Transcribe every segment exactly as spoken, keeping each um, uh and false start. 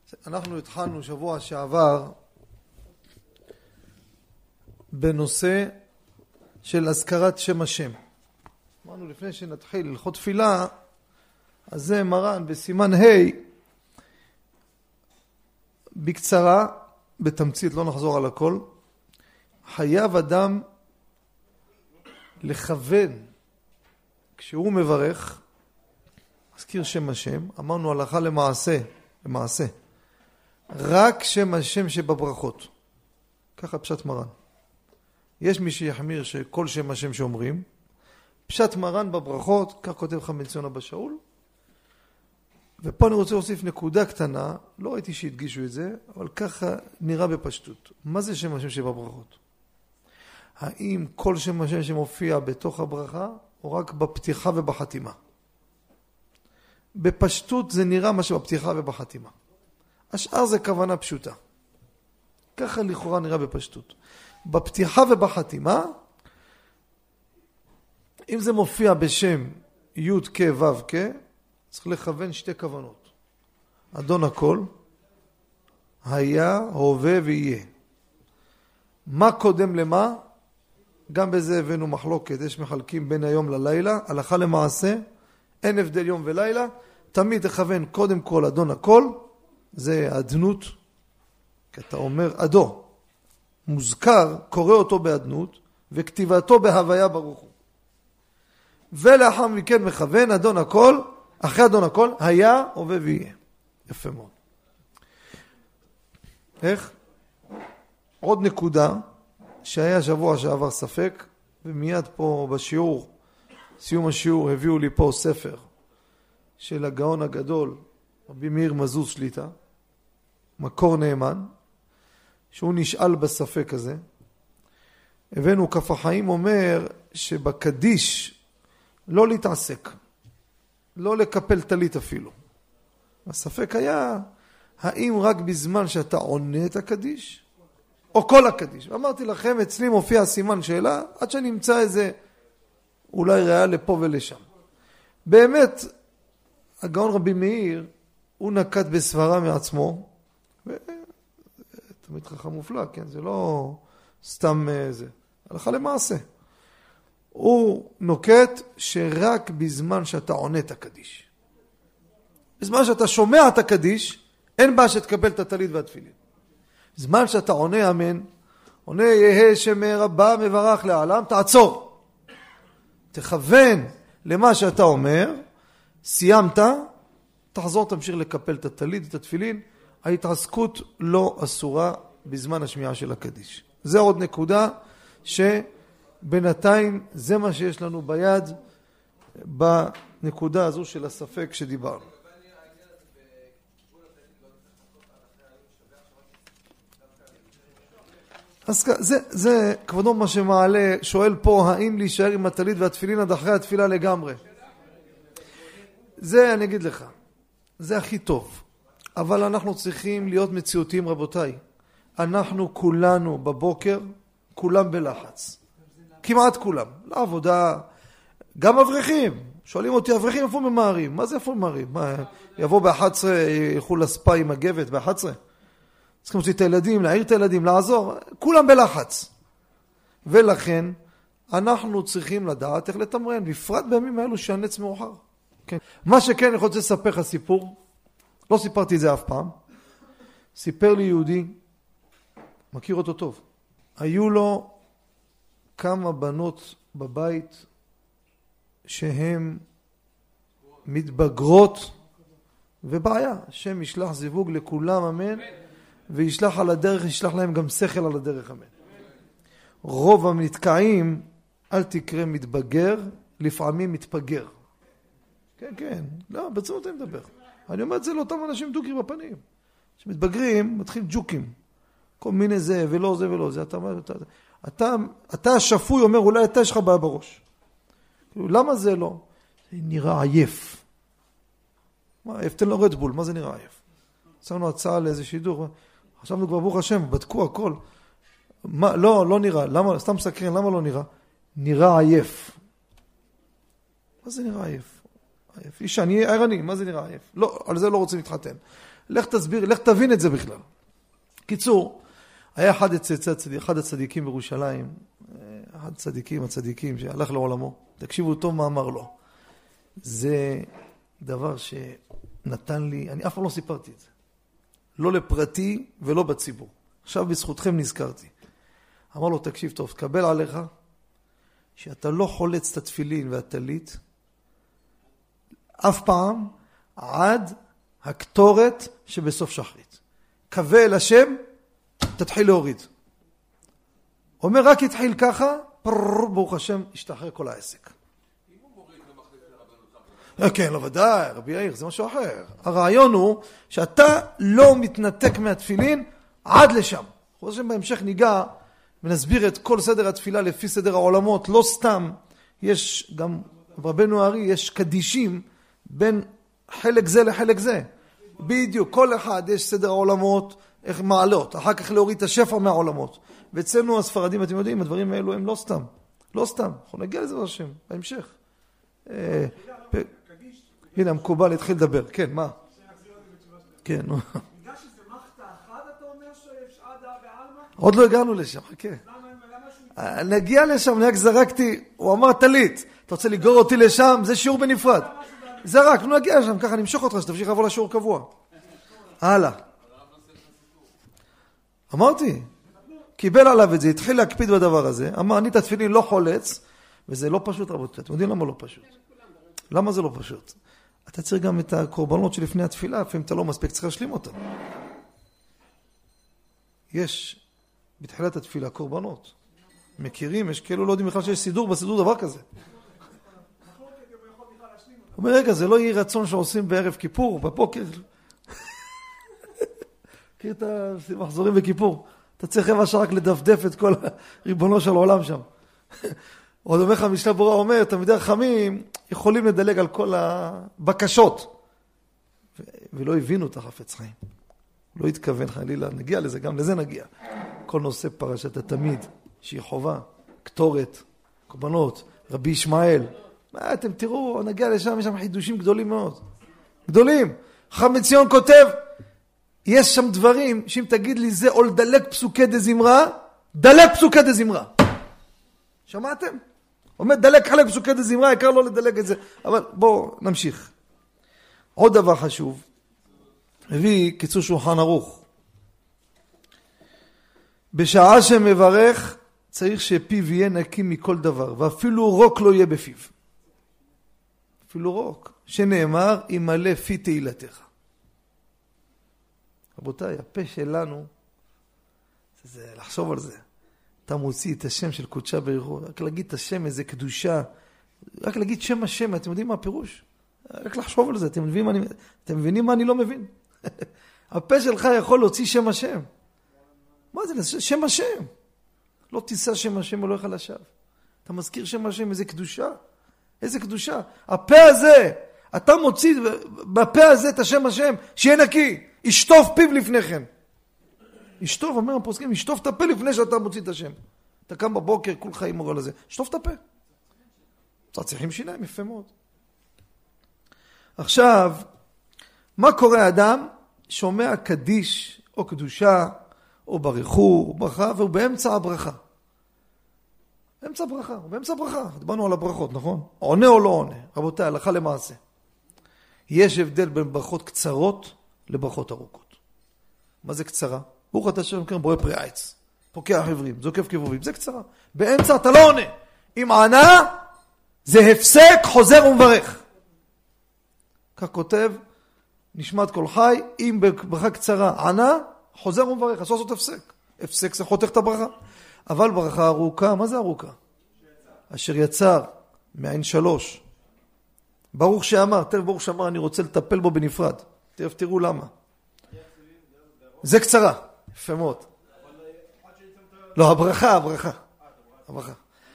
אנחנו התחלנו שבוע שעבר בנושא של הזכרת שם השם. אמרנו לפני שנתחיל הלכות תפילה, אז זה מרן בסימן ה' בקצרה, בתמצית, לא נחזור על הכל. חייב אדם לכוון כשהוא מברך, הזכיר שם השם, אמרנו הלכה למעשה, למעשה, רק שם השם שבברכות. ככה פשט מרן. יש מי שיחמיר שכל שם השם שאומרים, פשט מרן בברכות, כך כותב חכם בן ציון אבא שאול. ופה אני רוצה להוסיף נקודה קטנה, לא ראיתי שהדגישו את זה, אבל ככה נראה בפשטות. מה זה שם השם שבברכות? האם כל שם השם שמופיע בתוך הברכה, או רק בפתיחה ובחתימה? בפשטות זה נראה מה שבפתיחה ובחתימה. השאר זה כוונה פשוטה. ככה לכאורה נראה בפשטות. בפתיחה ובחתימה, אם זה מופיע בשם י' כ' ו' כ', צריך לכוון שתי כוונות. אדון הכל, היה, הווה ויהיה. מה קודם למה? גם בזה הבאנו מחלוקת, יש מחלקים בין היום ללילה, הלכה למעשה, אין הבדל יום ולילה, תמיד תכוון קודם כל אדון הכל, זה עדנות, כי אתה אומר אדו, מוזכר, קורא אותו בעדנות, וכתיבתו בהוויה ברוך הוא. ולאחר מכן מכוון אדון הכל, אחרי אדון הכל, היה, הווה ויהיה. יפה מאוד. איך? עוד נקודה, שהיה שבוע שעבר ספק, ומיד פה בשיעור, סיום השיעור, הביאו לי פה ספר של הגאון הגדול, רבי מאיר מזוז שליטה, מקור נאמן, שהוא נשאל בספק הזה. הבאנו כף החיים אומר שבקדיש לא להתעסק, לא לקפל תלית אפילו. הספק היה, האם רק בזמן שאתה עונה את הקדיש, או כל הקדיש. ואמרתי לכם, אצלי מופיע סימן שאלה, עד שנמצא איזה אולי ריאה לפה ולשם. באמת, הגאון רבי מאיר, הוא נקט בסברה מעצמו, ותמיד חכם מופלא, כן? זה לא סתם זה. הלכה למעשה. הוא נוקט שרק בזמן שאתה עונה את הקדיש. בזמן שאתה שומע את הקדיש, אין בעיה שתקבל את הטלית והתפילין. בזמן שאתה עונה אמן, עונה יהא שם רבה מברך לעולם, תעצור. תכוון למה שאתה אומר, סיימת, תחזור, תמשיך לקפל את הטלית ואת התפילין. ההתעסקות לא אסורה בזמן השמיעה של הקדיש. זה עוד נקודה שבינתיים זה מה שיש לנו ביד בנקודה הזו של הספק שדיברנו. אז זה, זה כבודו מה שמעלה, שואל פה, האם להישאר עם הטלית והתפילין עד אחרי התפילה לגמרי? זה אני אגיד לך, זה הכי טוב. אבל אנחנו צריכים להיות מציאותיים רבותיי. אנחנו כולנו בבוקר, כולם בלחץ. כמעט כולם. לעבודה, גם אברכים. שואלים אותי, אברכים איפה ממהרים? מה זה איפה ממהרים? מה, יבוא ב-אחת עשרה, ילכו לספה עם הגבת ב-אחת עשרה? צריכים להוציא את הילדים, להעיר את הילדים, לעזור. כולם בלחץ. ולכן, אנחנו צריכים לדעת איך לתמרן, בפרט בימים האלו שהנץ מאוחר. כן. מה שכן, אני רוצה לספר לך סיפור. לא סיפרתי את זה אף פעם. סיפר לי יהודי, מכיר אותו טוב. היו לו כמה בנות בבית שהן מתבגרות ובעיה. השם ישלח זיווג לכולם, אמן. וישלח על הדרך, ישלח להם גם שכל על הדרך, אמן. רוב המתקעים, אל תקרא מתבגר, לפעמים מתפגר. כן, כן. לא, בצורת אני מדבר. אני אומר את זה לאותם אנשים דוקרי בפנים. שמתבגרים, מתחיל ג'וקים. כל מיני זה ולא זה ולא זה. אתה, אתה, אתה, אתה השפוי אומר, אולי אתה יש לך בעיה בראש. למה זה לא? זה נראה עייף. מה, עייף? תן לו רדבול, מה זה נראה עייף? שמנו הצעה לאיזה שידור. חשבנו כבר ברוך השם, בדקו הכל. מה, לא, לא נראה. למה, סתם סקרן, למה לא נראה? נראה עייף. מה זה נראה עייף? עייף. אישה, אני ערני, מה זה נראה עייף? לא, על זה לא רוצים להתחתן. לך תסביר, לך תבין את זה בכלל. קיצור, היה אחד, הצדיק, אחד הצדיקים בירושלים, אחד הצדיקים, הצדיקים שהלך לעולמו. תקשיבו טוב מה אמר לו. זה דבר שנתן לי, אני אף פעם לא סיפרתי את זה. לא לפרטי ולא בציבור. עכשיו בזכותכם נזכרתי. אמר לו, תקשיב טוב, תקבל עליך שאתה לא חולץ את התפילין והטלית אף פעם עד הקטורת שבסוף שחרית. קווה אל השם, תתחיל להוריד. אומר, רק התחיל ככה, פררר, ברוך השם, ישתחרר כל העסק. אם הוא מוריד למחליף לרבנות? כן, לא ודאי, רבי יאיר, זה משהו אחר. הרעיון הוא שאתה לא מתנתק מהתפילין עד לשם. חושבים בהמשך ניגע ונסביר את כל סדר התפילה לפי סדר העולמות. לא סתם, יש גם, רבנו הארי, יש קדישים בין חלק זה לחלק זה. בדיוק, כל אחד יש סדר העולמות, איך מעלות, אחר כך להוריד את השפע מהעולמות. ואצלנו הספרדים, אתם יודעים, הדברים האלו הם לא סתם. לא סתם. אנחנו נגיע לזה בשם, בהמשך. הנה, המקובל התחיל לדבר. כן, מה? כן, נו. בגלל שזה מחתה אחת, אתה אומר שיש עדה בעלמא? עוד לא הגענו לשם, חכה. נגיע לשם, אני רק זרקתי, הוא אמר תלית. אתה רוצה לגרור אותי לשם? זה שיעור בנפרד. זרק, נו נגיע לשם, ככה נמשוך אותך, שתמשיך לבוא לשיעור קבוע. הלאה. אמרתי, קיבל עליו את זה, התחיל להקפיד בדבר הזה, אמר, אני את התפילין לא חולץ, וזה לא פשוט, רבותיי. אתם יודעים למה לא פשוט? למה זה לא פשוט? אתה צריך גם את הקורבנות שלפני התפילה, לפעמים אתה לא מספיק, צריך להשלים אותם. יש בתחילת התפילה קורבנות. מכירים, יש כאילו לא יודעים בכלל שיש סידור בסידור דבר כזה. הוא אומר, רגע, זה לא יהיה רצון שעושים בערב כיפור, בבוקר. מכיר את המחזורים בכיפור. אתה צריך רבע שעה רק לדפדף את כל הריבונו של העולם שם. עוד אומר לך, משנה ברורה אומר, תלמידי החכמים יכולים לדלג על כל הבקשות. ולא הבינו את החפץ חיים. לא התכוון חלילה, נגיע לזה, גם לזה נגיע. כל נושא פרשת התמיד, שהיא חובה, קטורת, קורבנות, רבי ישמעאל. מה, אתם תראו, נגיע לשם, יש שם חידושים גדולים מאוד. גדולים. חכם מציון כותב, יש שם דברים, שאם תגיד לי זה או לדלג פסוקי דזמרה, דלג פסוקי דזמרה. שמעתם? אומר, דלג חלק פסוקי דזמרה, יקר לא לדלג את זה. אבל בואו נמשיך. עוד דבר חשוב. הביא קיצור שולחן ערוך. בשעה שמברך, צריך שפיו יהיה נקי מכל דבר, ואפילו רוק לא יהיה בפיו. אפילו רוק. שנאמר, ימלא פי תהילתך. רבותיי, הפה שלנו, זה לחשוב על זה. אתה מוציא את השם של קודשה בריחו, רק להגיד את השם, איזה קדושה, רק להגיד שם השם, אתם יודעים מה הפירוש? רק לחשוב על זה, אתם מבינים מה אני, אתם מבינים מה אני לא מבין? הפה שלך יכול להוציא שם השם. מה זה? שם השם. לא תישא שם השם ולא יכל לשווא. אתה מזכיר שם השם, איזה קדושה. איזה קדושה. הפה הזה, אתה מוציא בפה הזה את השם השם, שיהיה נקי. ישטוף פיו לפני כן. ישטוף, אומר הפוסקים, ישטוף את הפה לפני שאתה מוציא את השם. אתה קם בבוקר, כול חיים מורה לזה. שטוף את הפה. אתה צריכים שיניים, יפה מאוד. עכשיו, מה קורה אדם שומע קדיש או קדושה או ברכו או ברכה והוא באמצע הברכה? באמצע ברכה, הוא באמצע ברכה. דיברנו על הברכות, נכון? עונה או לא עונה? רבותיי, הלכה למעשה. יש הבדל בין ברכות קצרות לברכות ארוכות. מה זה קצרה? ברוך אתה השם בורא פרי עץ, פוקח עברים, זוקף כבובים, זה קצרה. באמצע אתה לא עונה. אם ענה, זה הפסק, חוזר ומברך. כך כותב, נשמת כל חי, אם בברכה קצרה ענה, חוזר ומברך, אסור לעשות הפסק. הפסק זה חותך את הברכה. אבל ברכה ארוכה, מה זה ארוכה? אשר יצר מעין שלוש. ברוך שאמר, תראה ברוך שאמר, אני רוצה לטפל בו בנפרד. תראה, תראו למה. זה קצרה, יפה מאוד. לא, הברכה, הברכה. הברכה.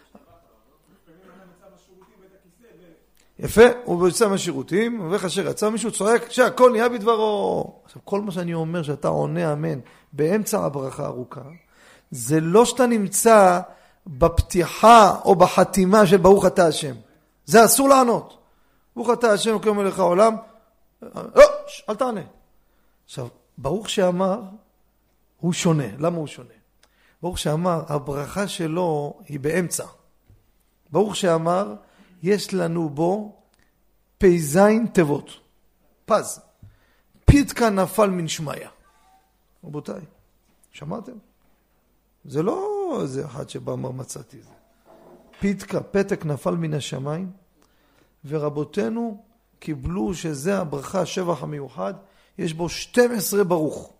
יפה, הוא יוצא מהשירותים, ובך אשר יצא מישהו צועק, שהכל נהיה בדברו. עכשיו, כל מה שאני אומר שאתה עונה אמן, באמצע הברכה ארוכה, זה לא שאתה נמצא בפתיחה או בחתימה של ברוך אתה השם. זה אסור לענות. ברוך אתה השם, וקיים מלך העולם, לא, אל תענה. עכשיו, ברוך שאמר, הוא שונה. למה הוא שונה? ברוך שאמר, הברכה שלו היא באמצע. ברוך שאמר, יש לנו בו פייזין תיבות. פז. פיתקה נפל מן שמיה. רבותיי, שמעתם? זה לא איזה אחד שבא אמר מצאתי זה. פיתקה, פתק נפל מן השמיים, ורבותינו קיבלו שזה הברכה, השבח המיוחד, יש בו שתים עשרה ברוך.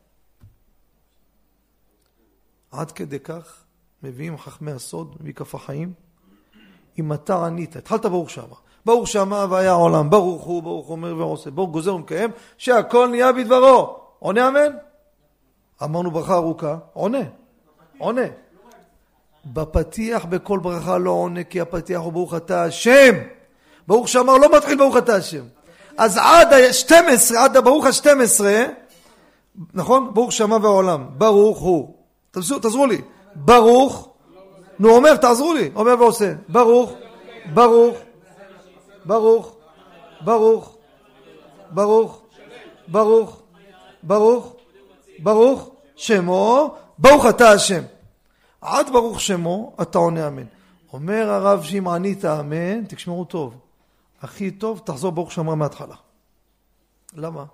עד כדי כך מביאים חכמי הסוד, מביא כף החיים, אם אתה ענית, התחלת ברוך שמה, ברוך שמה והיה העולם, ברוך הוא, ברוך אומר ועושה, ברוך גוזר ומקיים, שהכל נהיה בדברו. עונה אמן? אמרנו ברכה ארוכה, עונה, עונה. בפתיח בכל ברכה לא עונה, כי הפתיח הוא ברוך אתה השם. ברוך שאמר לא מתחיל ברוך אתה השם. אז עד ה-שתים עשרה, עד הברוך ה-שתים עשרה, נכון? ברוך שמה והעולם, ברוך הוא. תעזרו, תעזרו לי. ברוך, נו אומר, תעזרו לי. אומר ועושה. ברוך, ברוך, ברוך, ברוך, ברוך, ברוך, ברוך, ברוך, שמו, ברוך אתה השם. עד ברוך שמו, אתה עונה אמן. אומר הרב שאם ענית אמן, תשמעו טוב. הכי טוב, תחזור ברוך שמה מההתחלה. למה?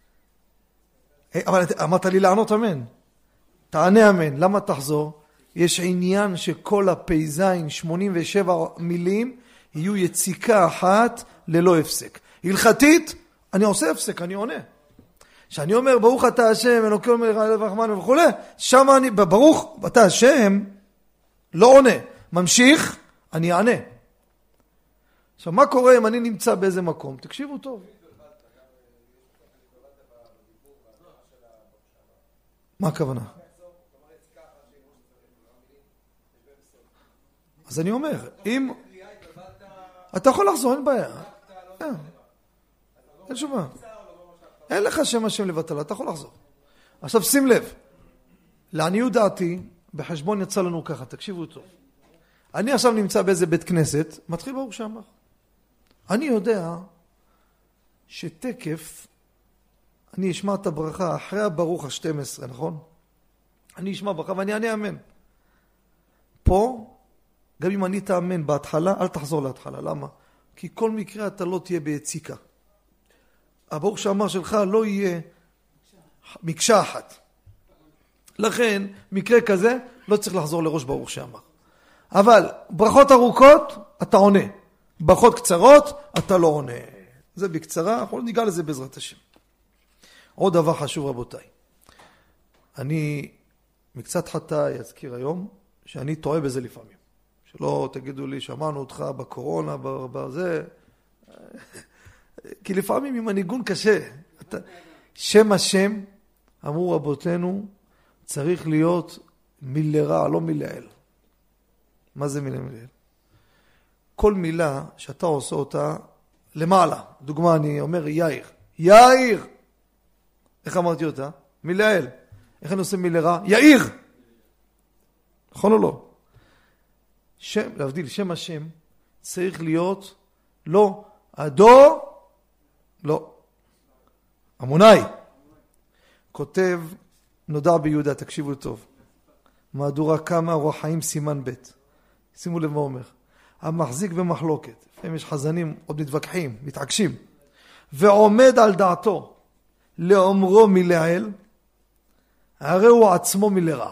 אבל אמרת לי לענות אמן. תענה אמן. למה תחזור? יש עניין שכל הפייזיים, שמונים ושבע מילים, יהיו יציקה אחת ללא הפסק. הלכתית, אני עושה הפסק, אני עונה. שאני אומר, ברוך אתה השם, אלוקי מלך הלב רחמן וכו', שם אני, ברוך אתה השם, לא עונה. ממשיך, אני אענה. עכשיו, מה קורה אם אני נמצא באיזה מקום? תקשיבו טוב. מה הכוונה? אז אני אומר, אם... אתה יכול לחזור, אין בעיה. אין שום בעיה. אין לך שם השם לבטלה, אתה יכול לחזור. עכשיו שים לב, לעניות דעתי, בחשבון יצא לנו ככה, תקשיבו טוב. אני עכשיו נמצא באיזה בית כנסת, מתחיל ברוך שאמר. אני יודע שתקף, אני אשמע את הברכה אחרי הברוך ה-שתים עשרה, נכון? אני אשמע ברכה ואני אענה אמן. פה, גם אם אני תאמן בהתחלה, אל תחזור להתחלה. למה? כי כל מקרה אתה לא תהיה ביציקה. הברוך שאמר שלך לא יהיה מקשה אחת. לכן, מקרה כזה, לא צריך לחזור לראש ברוך שאמר. אבל ברכות ארוכות, אתה עונה. ברכות קצרות, אתה לא עונה. זה בקצרה, אנחנו ניגע לזה בעזרת השם. עוד דבר חשוב רבותיי. אני מקצת חטא יזכיר היום, שאני טועה בזה לפעמים. שלא תגידו לי, שמענו אותך בקורונה, בזה... כי לפעמים עם הניגון קשה. אתה... שם השם, אמרו רבותינו, צריך להיות מלרע, לא מלעיל. מה זה מילה מלעיל? כל מילה שאתה עושה אותה למעלה. דוגמה, אני אומר יאיר. יאיר! איך אמרתי אותה? מלעיל. איך אני עושה מלרע? יאיר! נכון או לא? שם, להבדיל, שם השם צריך להיות לא הדו, לא. אמוני. כותב נודע ביהודה, תקשיבו טוב. מהדורה כמה רוח חיים סימן ב'. שימו לב מה אומר. המחזיק במחלוקת. לפעמים יש חזנים עוד מתווכחים, מתעקשים. ועומד על דעתו לאומרו מלעיל, הרי הוא עצמו מלרע.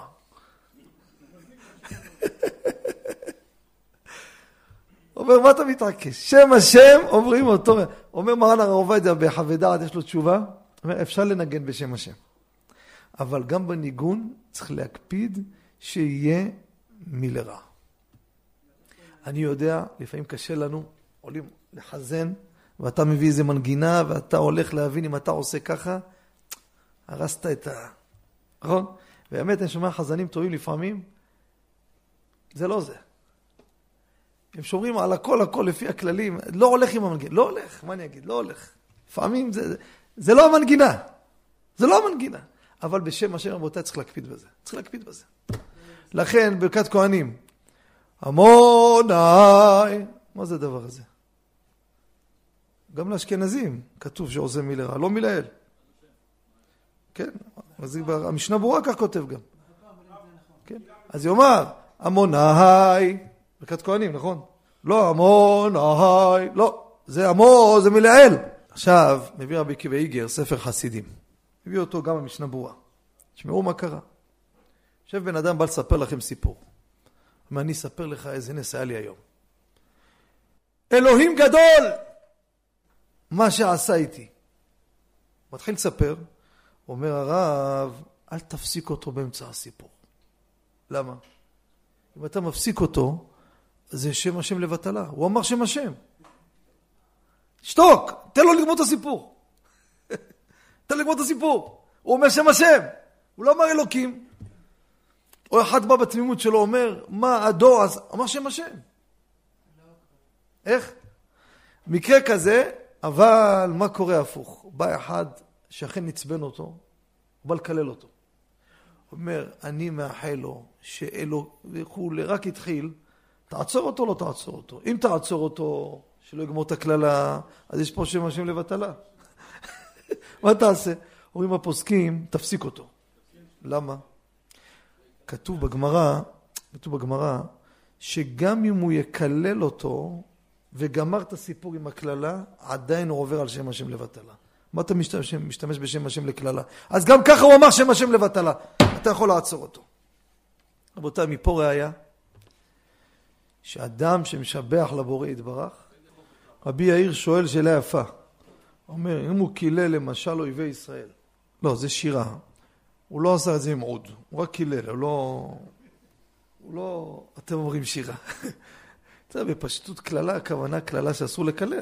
אומר, מה אתה מתעקש? שם השם, אומרים אותו. אומר מרן הרב עובדיה בחוות דעת, יש לו תשובה. אומר, אפשר לנגן בשם השם. אבל גם בניגון צריך להקפיד שיהיה מלרע. אני יודע, לפעמים קשה לנו, עולים לחזן, ואתה מביא איזה מנגינה, ואתה הולך להבין אם אתה עושה ככה, הרסת את ה... נכון? באמת, אני שומע חזנים טובים לפעמים, זה לא זה. הם שומרים על הכל, הכל לפי הכללים, לא הולך עם המנגינה, לא הולך, מה אני אגיד, לא הולך. לפעמים זה, זה לא המנגינה, זה לא המנגינה. אבל בשם השם רבותיי צריך להקפיד בזה, צריך להקפיד בזה. לכן, ברכת כהנים, המוני, מה זה הדבר הזה? גם לאשכנזים כתוב שעושה מלרע, לא מלעיל. כן, המשנה ברורה כך כותב גם. כן, אז יאמר, עמוני, ברכת כהנים, נכון? לא, עמוני, לא, זה עמו, זה מלעיל. עכשיו, מביא רבי עקיבא איגר, ספר חסידים. מביא אותו גם במשנה ברורה. תשמעו מה קרה. יושב בן אדם בא לספר לכם סיפור. מה אני אספר לך איזה נס היה לי היום. אלוהים גדול! מה שעשה איתי. מתחיל לספר, אומר הרב, אל תפסיק אותו באמצע הסיפור. למה? אם אתה מפסיק אותו, זה שם השם לבטלה. הוא אמר שם השם. שתוק, תן לו לגמור את הסיפור. תן לו לגמור את הסיפור. הוא אומר שם השם. הוא לא אמר אלוקים. או אחד בא בתמימות שלו אומר, מה הדור? אז אמר שם השם. איך? מקרה כזה, אבל מה קורה הפוך? בא אחד שאכן נצבן אותו, הוא בא לקלל אותו. הוא אומר, אני מאחל לו שאלו, הוא רק התחיל, תעצור אותו, לא תעצור אותו. אם תעצור אותו, שלא יגמור את הכללה, אז יש פה שם השם לבטלה. מה תעשה? אומרים הפוסקים, תפסיק אותו. למה? כתוב בגמרא, כתוב בגמרא, שגם אם הוא יקלל אותו, וגמר את הסיפור עם הכללה, עדיין הוא עובר על שם השם לבטלה. מה אתה משתמש, משתמש בשם השם לכללה? אז גם ככה הוא אמר שם השם לבטלה. אתה יכול לעצור אותו. רבותיי, מפה ראיה, שאדם שמשבח לבורא יתברך, רבי יאיר שואל שאלה יפה. הוא אומר, אם הוא קילל למשל אויבי ישראל, לא, זה שירה. הוא לא עשה את זה עם עוד, הוא רק קילל, הוא לא, הוא לא, אתם אומרים שירה. זה בפשטות כללה, הכוונה כללה שאסור לקלל.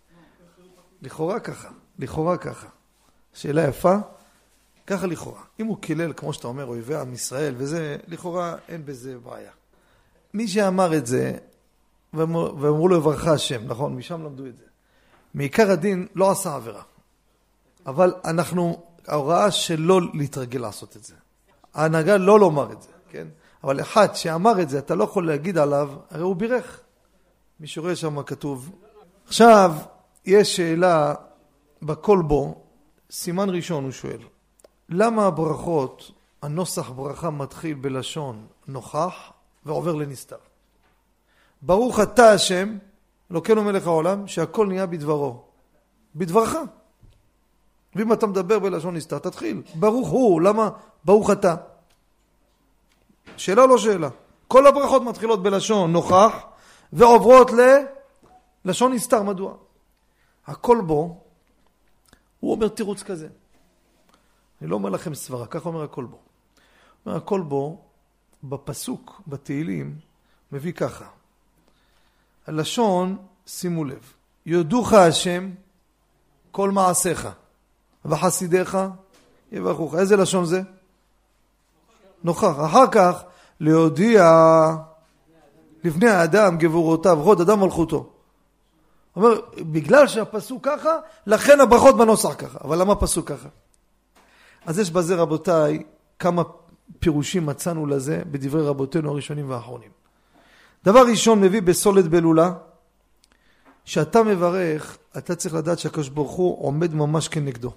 לכאורה ככה, לכאורה ככה. שאלה יפה, ככה לכאורה. אם הוא קילל, כמו שאתה אומר, אויבי עם ישראל, וזה, לכאורה אין בזה בעיה. מי שאמר את זה, ואמרו לו יברכה השם, נכון? משם למדו את זה. מעיקר הדין לא עשה עבירה. אבל אנחנו, ההוראה שלא להתרגל לעשות את זה. ההנהגה לא לומר את זה, כן? אבל אחד שאמר את זה, אתה לא יכול להגיד עליו, הרי הוא בירך. מי שרואה שם מה כתוב. עכשיו, יש שאלה בכל בו, סימן ראשון הוא שואל. למה הברכות, הנוסח ברכה מתחיל בלשון נוכח ועובר לנסתר? ברוך אתה השם, אלוקינו מלך העולם, שהכל נהיה בדברו. בדברך. ואם אתה מדבר בלשון נסתר, תתחיל. ברוך הוא, למה? ברוך אתה. שאלה לא שאלה. כל הברכות מתחילות בלשון נוכח, ועוברות ללשון נסתר. מדוע? הכל בו, הוא אומר תירוץ כזה. אני לא אומר לכם סברה, ככה אומר הכל בו. אומר הכל בו, בפסוק, בתהילים, מביא ככה. הלשון, שימו לב, יודוך השם כל מעשיך, וחסידיך יברכוך. איזה לשון זה? נוכח. אחר כך, להודיע לבני האדם גבורותיו, חוד אדם מלכותו. אומר, בגלל שהפסוק ככה, לכן הברכות בנוסח ככה. אבל למה פסוק ככה? אז יש בזה רבותיי, כמה פירושים מצאנו לזה בדברי רבותינו הראשונים והאחרונים. דבר ראשון מביא בסולת בלולה, שאתה מברך, אתה צריך לדעת שהקדוש ברוך הוא עומד ממש כנגדו.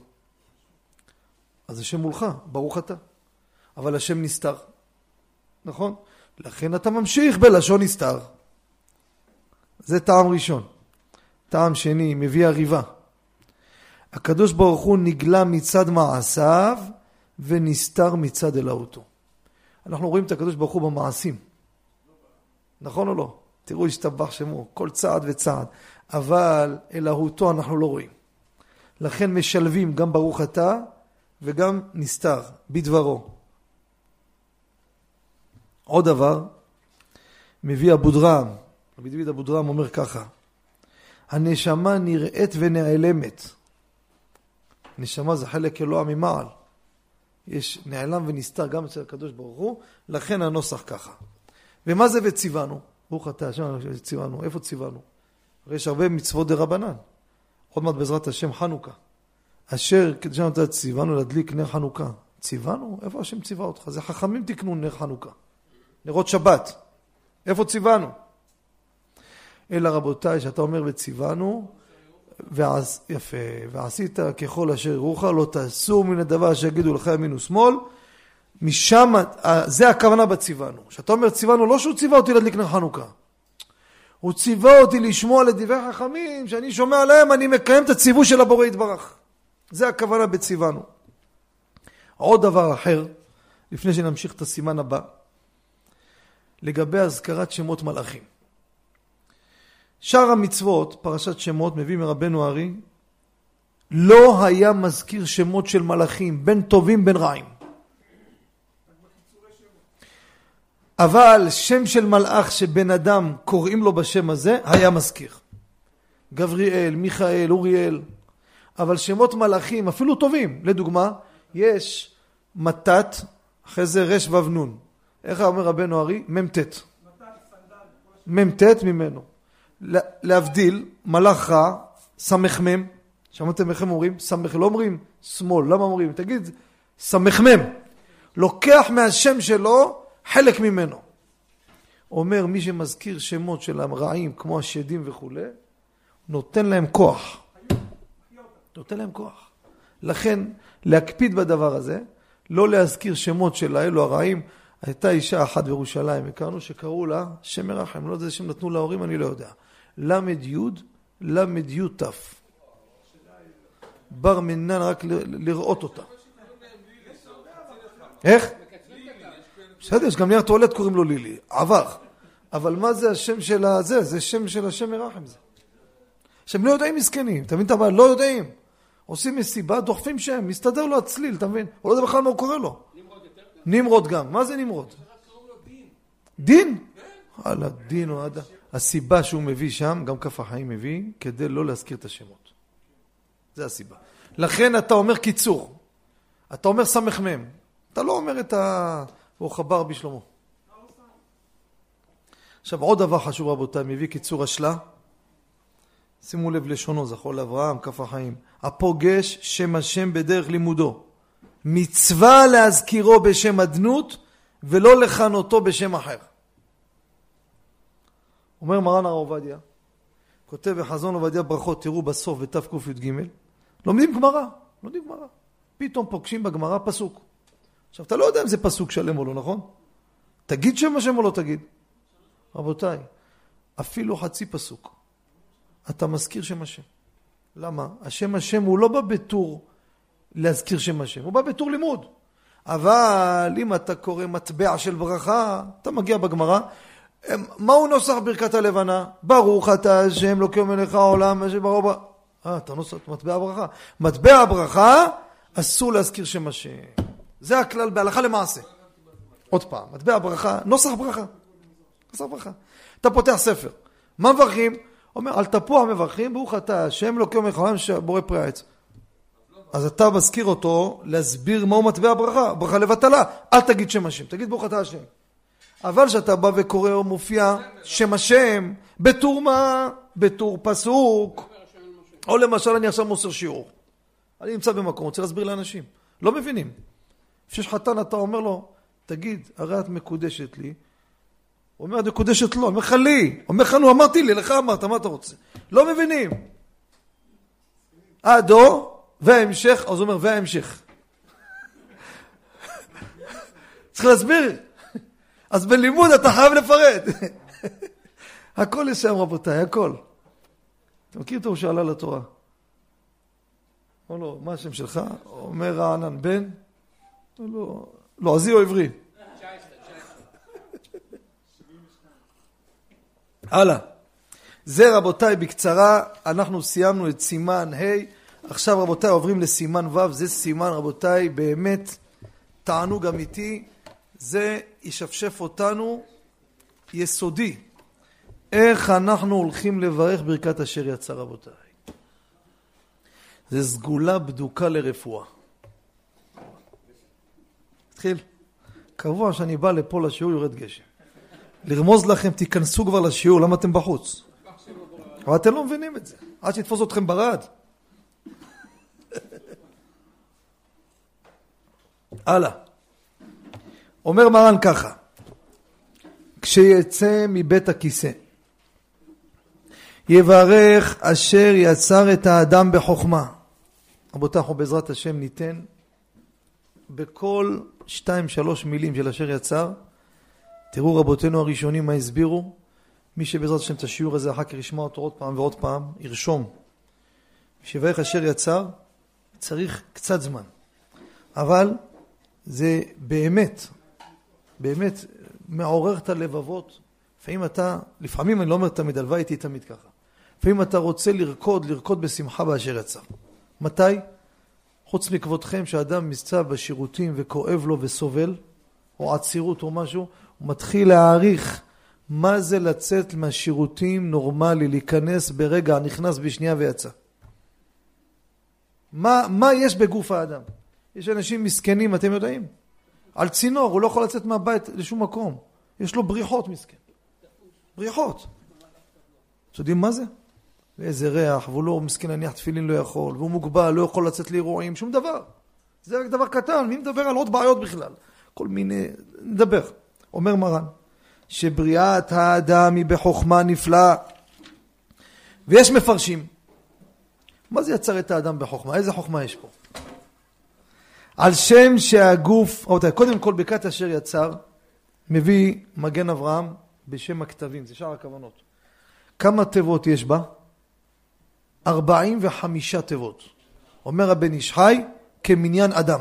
אז השם מולך, ברוך אתה. אבל השם נסתר. נכון? לכן אתה ממשיך בלשון נסתר. זה טעם ראשון. טעם שני, מביא הריבה. הקדוש ברוך הוא נגלה מצד מעשיו ונסתר מצד אלוהותו. אנחנו רואים את הקדוש ברוך הוא במעשים. נכון או לא? תראו, השתבח שמו, כל צעד וצעד. אבל אלוהותו אנחנו לא רואים. לכן משלבים גם ברוך אתה וגם נסתר בדברו. עוד דבר, מביא אבו דרם. רבי דוד אבו דרם אומר ככה. הנשמה נראית ונעלמת. נשמה זה חלק אלוה ממעל. יש נעלם ונסתר גם אצל הקדוש ברוך הוא, לכן הנוסח ככה. ומה זה וציוונו? ברוך אתה השם ציוונו. איפה ציוונו? הרי יש הרבה מצוות דרבנן. עוד מעט בעזרת השם חנוכה. אשר כדי שאתה ציוונו להדליק נר חנוכה. ציוונו? איפה השם ציווה אותך? זה חכמים תקנו נר חנוכה. נרות שבת. איפה ציוונו? אלא רבותיי, שאתה אומר וציוונו, ועש, יפה, ועשית ככל אשר יראוך, לא תעשו מן הדבר שיגידו לך ימין ושמאל, משם, זה הכוונה בציוונו. שאתה אומר ציוונו, לא שהוא ציווה אותי להדליק נר חנוכה. הוא ציווה אותי לשמוע לדברי חכמים, שאני שומע להם, אני מקיים את הציווי של הבורא יתברך. זה הכוונה בציוונו. עוד דבר אחר, לפני שנמשיך את הסימן הבא, לגבי הזכרת שמות מלאכים. שאר המצוות, פרשת שמות, מביא מרבנו הארי, לא היה מזכיר שמות של מלאכים, בין טובים בין רעים. אבל שם של מלאך שבן אדם קוראים לו בשם הזה, היה מזכיר. גבריאל, מיכאל, אוריאל. אבל שמות מלאכים, אפילו טובים. לדוגמה, יש מתת, אחרי זה רש ובנון. איך אומר רבנו הארי? ממתת. ממתת ממנו. להבדיל, מלאך רע, סמכמם. שמעתם איך הם אומרים? סמך, לא אומרים שמאל. למה אומרים? תגיד, סמכמם. לוקח מהשם שלו חלק ממנו. אומר מי שמזכיר שמות של הרעים כמו השדים וכו', נותן להם כוח. נותן להם כוח. לכן להקפיד בדבר הזה, לא להזכיר שמות של האלו הרעים. הייתה אישה אחת בירושלים, הכרנו שקראו לה שם מרחם, לא יודע שם נתנו להורים, אני לא יודע. למד יוד, למד יוד תף. בר מנן רק לראות אותה. איך? בסדר, יש גם נייר טואלט קוראים לו לילי, עבר. אבל מה זה השם של הזה? זה שם של השם מרחם זה. שהם לא יודעים מסכנים, אתה מבין את הבעיה? לא יודעים. עושים מסיבה, דוחפים שם, מסתדר לו הצליל, אתה מבין? הוא לא יודע בכלל מה הוא קורא לו. נמרוד גם. מה זה נמרוד? דין? על הדין או עדה. הסיבה שהוא מביא שם, גם כף החיים מביא, כדי לא להזכיר את השמות. זה הסיבה. לכן אתה אומר קיצור. אתה אומר סמך מם. אתה לא אומר את ה... או חבר בשלמה. עכשיו עוד דבר חשוב רבותיי, מביא קיצור השלה. שימו לב לשונו, זכור לאברהם, כף החיים. הפוגש שם השם בדרך לימודו. מצווה להזכירו בשם אדנות, ולא לכנותו בשם אחר. אומר מרן הרב עובדיה, כותב בחזון עובדיה ברכות, תראו בסוף בתק"ג, לומדים גמרא, לומדים גמרא. פתאום פוגשים בגמרא פסוק. עכשיו אתה לא יודע אם זה פסוק שלם או לא, נכון? תגיד שם השם או לא תגיד. רבותיי, אפילו חצי פסוק. אתה מזכיר שם השם. למה? השם השם הוא לא בא בתור להזכיר שם השם, הוא בא בתור לימוד. אבל אם אתה קורא מטבע של ברכה, אתה מגיע בגמרא, מהו נוסח ברכת הלבנה? ברוך אתה השם אלוקי מלך העולם, השם ברוך הוא. אה, אתה נוסח מטבע ברכה. מטבע ברכה אסור להזכיר שם השם. זה הכלל בהלכה למעשה. עוד פעם, מטבע ברכה, נוסח ברכה. נוסח ברכה. אתה פותח ספר. מה מברכים? אומר, על תפוח מברכים, ברוך אתה השם אלוקי מלך העולם, שבורא פרי העץ. אז אתה מזכיר אותו להסביר מהו מטבע ברכה, ברכה לבטלה. אל תגיד שם השם, תגיד ברוך אתה השם. אבל שאתה בא וקורא או מופיע שם השם, בתור מה? בתור פסוק. או למשל אני עכשיו מוסר שיעור. אני נמצא במקום, רוצה להסביר לאנשים. לא מבינים. כשיש חתן אתה אומר לו, תגיד, הרי את מקודשת לי. הוא אומר, את מקודשת לו. אומר לך לי. אומר לך, נו, אמרתי לי, לך אמרת, מה אתה רוצה? לא מבינים. עדו. וההמשך, אז הוא אומר, וההמשך. צריך להסביר. אז בלימוד אתה חייב לפרט. הכל יש שם רבותיי, הכל. אתה מכיר אותו, הוא שאלה לתורה. אומר לו, מה השם שלך? אומר רענן בן. לא, לא, עזי או עברי. הלאה. זה רבותיי בקצרה, אנחנו סיימנו את סימן ה'. עכשיו רבותיי עוברים לסימן ו', זה סימן רבותיי באמת תענוג אמיתי, זה ישפשף אותנו יסודי. איך אנחנו הולכים לברך ברכת אשר יצא רבותיי. זה סגולה בדוקה לרפואה. התחיל. קבוע שאני בא לפה לשיעור יורד גשם. לרמוז לכם, תיכנסו כבר לשיעור, למה אתם בחוץ? אבל אתם לא מבינים את זה. עד שיתפוס אתכם ברד. הלאה. אומר מרן ככה, כשיצא מבית הכיסא, יברך אשר יצר את האדם בחוכמה. רבותיי, אנחנו בעזרת השם ניתן בכל שתיים שלוש מילים של אשר יצר. תראו רבותינו הראשונים מה הסבירו. מי שבעזרת השם את השיעור הזה אחר כך ישמע אותו עוד פעם ועוד פעם, ירשום. שיברך אשר יצר, צריך קצת זמן. אבל זה באמת, באמת מעורר את הלבבות. לפעמים אתה, לפעמים אני לא אומר תמיד, הלוואי איתי תמיד ככה. לפעמים אתה רוצה לרקוד, לרקוד בשמחה באשר יצר. מתי? חוץ מכבודכם שאדם מסצב בשירותים וכואב לו וסובל, או עצירות או משהו, הוא מתחיל להעריך מה זה לצאת מהשירותים נורמלי, להיכנס ברגע, נכנס בשנייה ויצא. מה, מה יש בגוף האדם? יש אנשים מסכנים, אתם יודעים? על צינור, הוא לא יכול לצאת מהבית לשום מקום. יש לו בריחות מסכן. בריחות. אתם יודעים מה זה? ואיזה ריח, והוא לא מסכן להניח תפילין לא יכול, והוא מוגבל, לא יכול לצאת לאירועים, שום דבר. זה רק דבר קטן, מי מדבר על עוד בעיות בכלל? כל מיני, נדבר. אומר מרן, שבריאת האדם היא בחוכמה נפלאה. ויש מפרשים. מה זה יצר את האדם בחוכמה? איזה חוכמה יש פה? על שם שהגוף, קודם כל ברכת אשר יצר, מביא מגן אברהם בשם הכתבים, זה שאר הכוונות. כמה תיבות יש בה? ארבעים וחמישה תיבות. אומר הבן איש חי, כמניין אדם.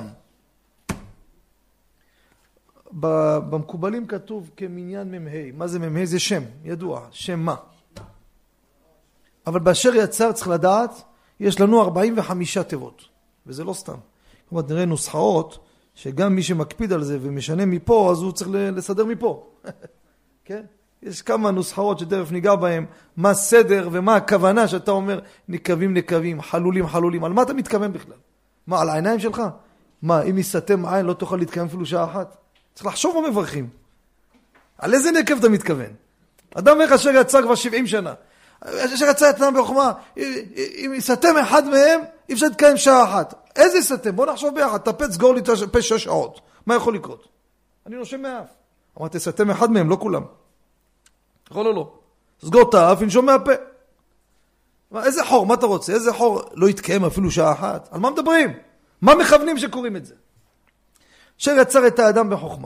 במקובלים כתוב כמניין ממהי. מה זה ממהי? זה שם, ידוע, שם מה. אבל באשר יצר צריך לדעת, יש לנו ארבעים וחמישה תיבות. וזה לא סתם. כלומר, נראה נוסחאות, שגם מי שמקפיד על זה ומשנה מפה, אז הוא צריך לסדר מפה. כן? יש כמה נוסחאות שדרך ניגע בהם, מה סדר ומה הכוונה שאתה אומר, נקבים נקבים, חלולים חלולים. על מה אתה מתכוון בכלל? מה, על העיניים שלך? מה, אם יסתם עין לא תוכל להתכוון אפילו שעה אחת? צריך לחשוב מה מברכים. על איזה נקב אתה מתכוון? אדם איך אשר יצא כבר שבעים שנה. אשר יצא את אדם בחוכמה, אם יסתם אחד מהם, אי אפשר להתקיים שעה אחת. איזה יסתם? בוא נחשוב ביחד, תפץ סגור לי פה שש שעות. מה יכול לקרות? אני נושם מאף. אמרתי, יסתם אחד מהם, לא כולם. יכול או לא? סגור את האף, נשום מהפה. איזה חור, מה אתה רוצה? איזה חור לא יתקיים אפילו שעה אחת? על מה מדברים? מה מכוונים שקוראים את זה? אשר יצר את האדם בחוכמה.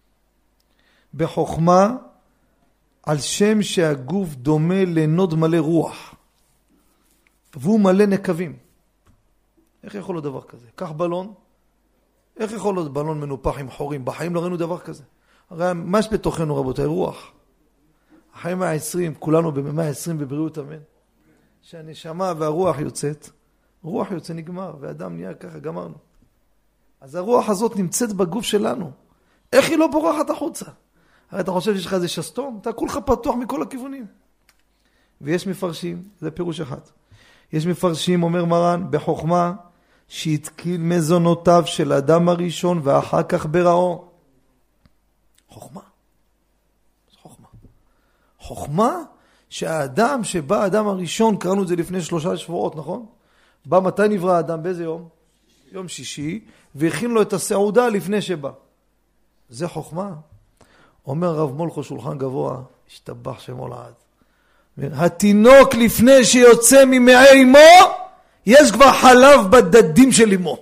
בחוכמה, על שם שהגוף דומה לנוד מלא רוח. והוא מלא נקבים. איך יכול להיות דבר כזה? קח בלון. איך יכול להיות בלון מנופח עם חורים? בחיים לא ראינו דבר כזה. הרי מה יש בתוכנו רבותיי? רוח. החיים מאה ועשרים, כולנו ב-מאה ועשרים בבריאות אמן. שהנשמה והרוח יוצאת, רוח יוצא נגמר, ואדם נהיה ככה, גמרנו. אז הרוח הזאת נמצאת בגוף שלנו. איך היא לא בורחת החוצה? הרי אתה חושב שיש לך איזה שסתום? אתה כולך פתוח מכל הכיוונים. ויש מפרשים, זה פירוש אחד. יש מפרשים, אומר מרן, בחוכמה, שהתקיל מזונותיו של אדם הראשון, ואחר כך בראו. חוכמה. חוכמה. חוכמה שהאדם שבא, האדם הראשון, קראנו את זה לפני שלושה שבועות, נכון? בא מתי נברא האדם? באיזה יום? יום שישי, והכין לו את הסעודה לפני שבא. זה חוכמה. אומר רב מולכו שולחן גבוה, השתבח שמו לעד. התינוק לפני שיוצא ממעי אמו, יש כבר חלב בדדים של אמו.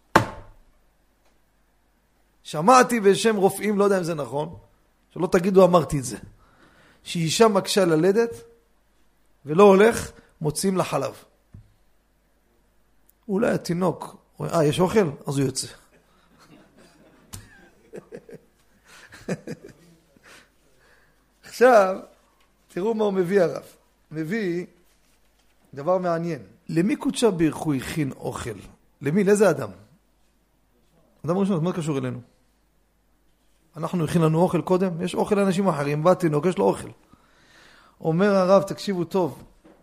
שמעתי בשם רופאים, לא יודע אם זה נכון, שלא תגידו אמרתי את זה. שאישה מקשה ללדת, ולא הולך, מוצאים לה חלב. אולי התינוק, אה, יש אוכל? אז הוא יוצא. עכשיו, תראו מה הוא מביא הרב. מביא דבר מעניין. למי קודשה ברכו הכין אוכל? למי? לאיזה אדם? אדם ראשון, מה קשור אלינו? אנחנו הכין לנו אוכל קודם? יש אוכל לאנשים אחרים, בא תינוק, יש לו אוכל. אומר הרב, תקשיבו טוב.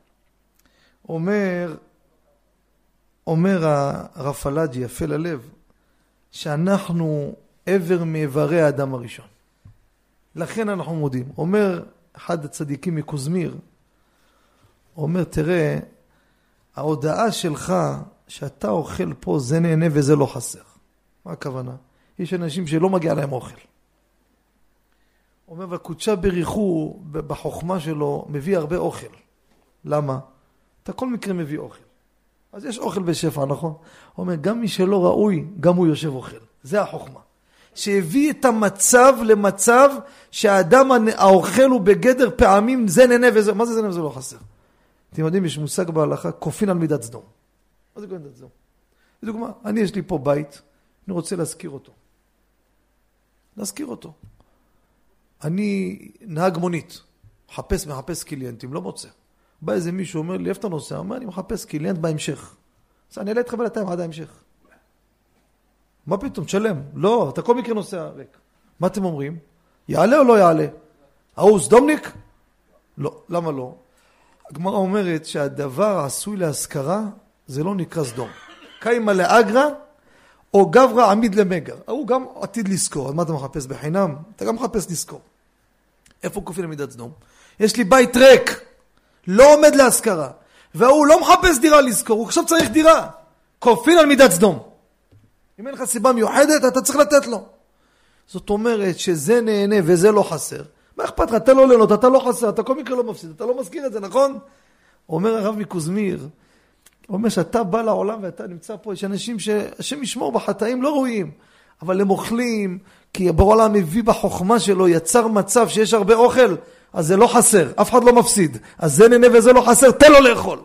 אומר, אומר הרב פלאג'י, יפה ללב, שאנחנו עבר מאיברי האדם הראשון. לכן אנחנו מודים. אומר אחד הצדיקים מקוזמיר, אומר, תראה, ההודעה שלך שאתה אוכל פה זה נהנה וזה לא חסר. מה הכוונה? יש אנשים שלא מגיע להם אוכל. אומר, והקודשה בריחו בחוכמה שלו מביא הרבה אוכל. למה? אתה כל מקרה מביא אוכל. אז יש אוכל בשפע, נכון? הוא אומר, גם מי שלא ראוי, גם הוא יושב אוכל. זה החוכמה. שהביא את המצב למצב שהאדם האוכל הוא בגדר פעמים, זה נהנה וזה, מה זה זה נהנה וזה לא חסר? אתם יודעים, יש מושג בהלכה, כופין על מידת סדום. מה זה כופין על מידת סדום? לדוגמה, אני יש לי פה בית, אני רוצה להזכיר אותו. להזכיר אותו. אני נהג מונית, מחפש, מחפש קליינטים, לא מוצא. בא איזה מישהו אומר לי, איפה אתה נוסע? אומר, אני מחפש קליינט בהמשך. אז אני אעלה איתך בינתיים עד ההמשך. מה פתאום? תשלם. לא, אתה כל מקרה נוסע ריק. מה אתם אומרים? יעלה או לא יעלה? ההוא סדומניק? לא. למה לא? הגמרא אומרת שהדבר העשוי להשכרה זה לא נקרא סדום. קיימה לאגרא או גברא עמיד למגר. ההוא גם עתיד לזכור. אז מה אתה מחפש בחינם? אתה גם מחפש לזכור. איפה כופין על מידת סדום? יש לי בית ריק. לא עומד להשכרה. והוא לא מחפש דירה לזכור. הוא עכשיו צריך דירה. כופין על מידת סדום. אם אין לך סיבה מיוחדת, אתה צריך לתת לו. זאת אומרת שזה נהנה וזה לא חסר. מה אכפת לך? אתה לא ליהנות, אתה לא חסר, אתה כל מקרה לא מפסיד, אתה לא מזכיר את זה, נכון? אומר הרב מקוזמיר, אומר שאתה בא לעולם ואתה נמצא פה, יש אנשים שהשם ישמור בחטאים לא רואים, אבל הם אוכלים, כי בעולם מביא בחוכמה שלו, יצר מצב שיש הרבה אוכל, אז זה לא חסר, אף אחד לא מפסיד. אז זה נהנה וזה לא חסר, תן לו לאכול.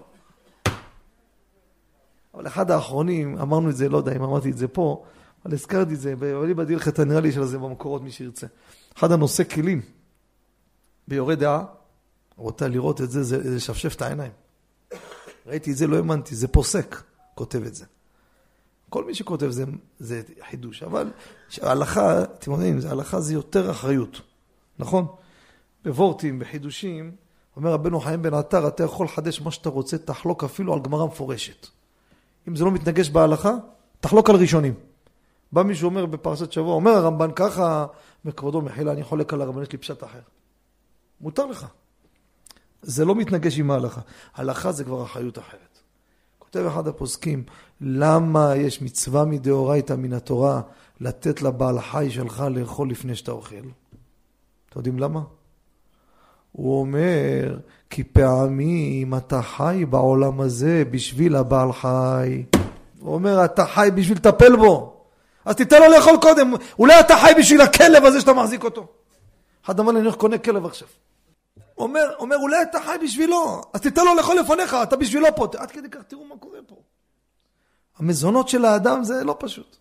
אבל אחד האחרונים, אמרנו את זה, לא יודע אם אמרתי את זה פה, אבל הזכרתי את זה, ואני בדיל חטא נראה לי של זה במקורות מי שירצה. אחד הנושא כלים, ביורי דעה, רוצה לראות את זה, זה, זה שפשף את העיניים. ראיתי את זה, לא האמנתי, זה פוסק, כותב את זה. כל מי שכותב זה, זה חידוש, אבל ההלכה, אתם יודעים, ההלכה זה יותר אחריות, נכון? בוורטים, בחידושים, אומר רבנו חיים בן עטר, אתה יכול לחדש מה שאתה רוצה, תחלוק אפילו על גמרא מפורשת. אם זה לא מתנגש בהלכה, תחלוק על ראשונים. בא מישהו אומר בפרשת שבוע, אומר הרמב"ן ככה, מכבודו מחילה, אני חולק על הרבן, יש לי פשט אחר. מותר לך. זה לא מתנגש עם ההלכה. ההלכה זה כבר אחריות אחרת. כותב אחד הפוסקים, למה יש מצווה מדאורייתא מן התורה לתת לבעל חי שלך לאכול לפני שאתה אוכל? אתם יודעים למה? הוא אומר, כי פעמים אתה חי בעולם הזה בשביל הבעל חי. הוא אומר, אתה חי בשביל לטפל בו. אז תיתן לו לאכול קודם. אולי אתה חי בשביל הכלב הזה שאתה מחזיק אותו. אחד אמר לי, אני הולך קונה כלב עכשיו. הוא אומר, אומר, אולי אתה חי בשבילו. אז תיתן לו לאכול לפניך, אתה בשבילו פה. עד כדי כך תראו מה קורה פה. המזונות של האדם זה לא פשוט.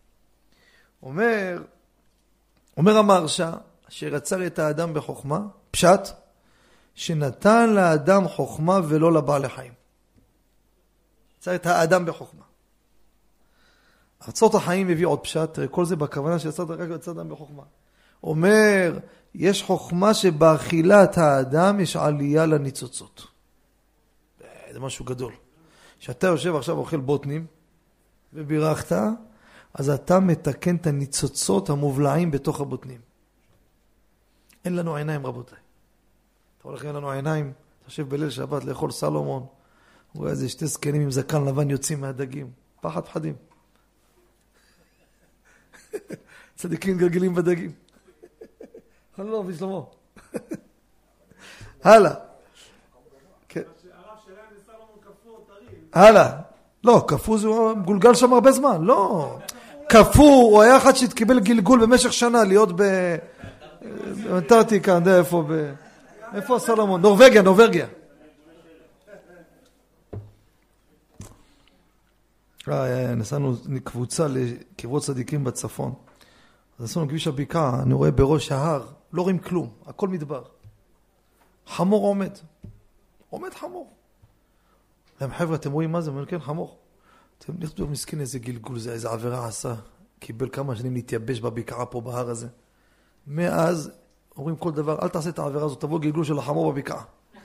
אומר, אומר המהרש"א, אשר יצר את האדם בחוכמה, פשט, שנתן לאדם חוכמה ולא לבעל החיים. יצר את האדם בחוכמה. ארצות החיים מביא עוד פשט, כל זה בכוונה שיצר את האדם בחוכמה. אומר, יש חוכמה שבאכילת האדם יש עלייה לניצוצות. זה משהו גדול. שאתה יושב עכשיו אוכל בוטנים ובירכת, אז אתה מתקן את הניצוצות המובלעים בתוך הבוטנים. אין לנו עיניים רבותיי. אתה הולך אין לנו עיניים, אתה יושב בליל שבת לאכול סלומון, הוא רואה איזה שתי זקנים עם זקן לבן יוצאים מהדגים. פחד פחדים. צדיקים גלגלים בדגים. חלום ושלמה. הלאה. הרב שלהם זה סלומון כפור טרי. הלאה. לא, כפור זה גולגל שם הרבה זמן. לא. כפור, הוא היה אחד שהתקיבל גלגול במשך שנה להיות ב... באנטארקטיקה, איפה ב... איפה הסלומון? נורווגיה, נורווגיה. נסענו קבוצה לקברות צדיקים בצפון. אז נסענו כביש הבקעה, אני רואה בראש ההר, לא רואים כלום, הכל מדבר. חמור עומד. עומד חמור. הם חבר'ה, אתם רואים מה זה? אומרים, כן, חמור. אתם נכתבו מסכן איזה גלגול, זה איזה עבירה עשה. קיבל כמה שנים להתייבש בבקעה פה בהר הזה. מאז אומרים כל דבר, אל תעשה את העבירה הזאת, תבוא גלגול של החמור בבקעה.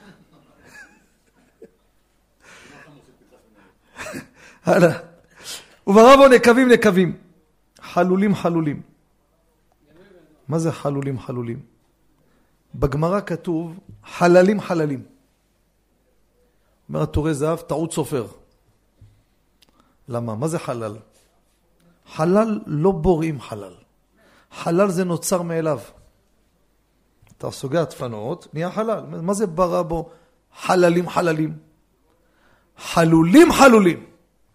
הלאה. וברבו נקבים נקבים. חלולים חלולים. מה זה חלולים חלולים? בגמרא כתוב חללים חללים. אומר התורי זהב, טעות סופר. למה? מה זה חלל? חלל לא בוראים חלל. חלל זה נוצר מאליו. אתה סוגע דפנות, נהיה חלל. מה זה ברא בו? חללים חללים. חלולים חלולים.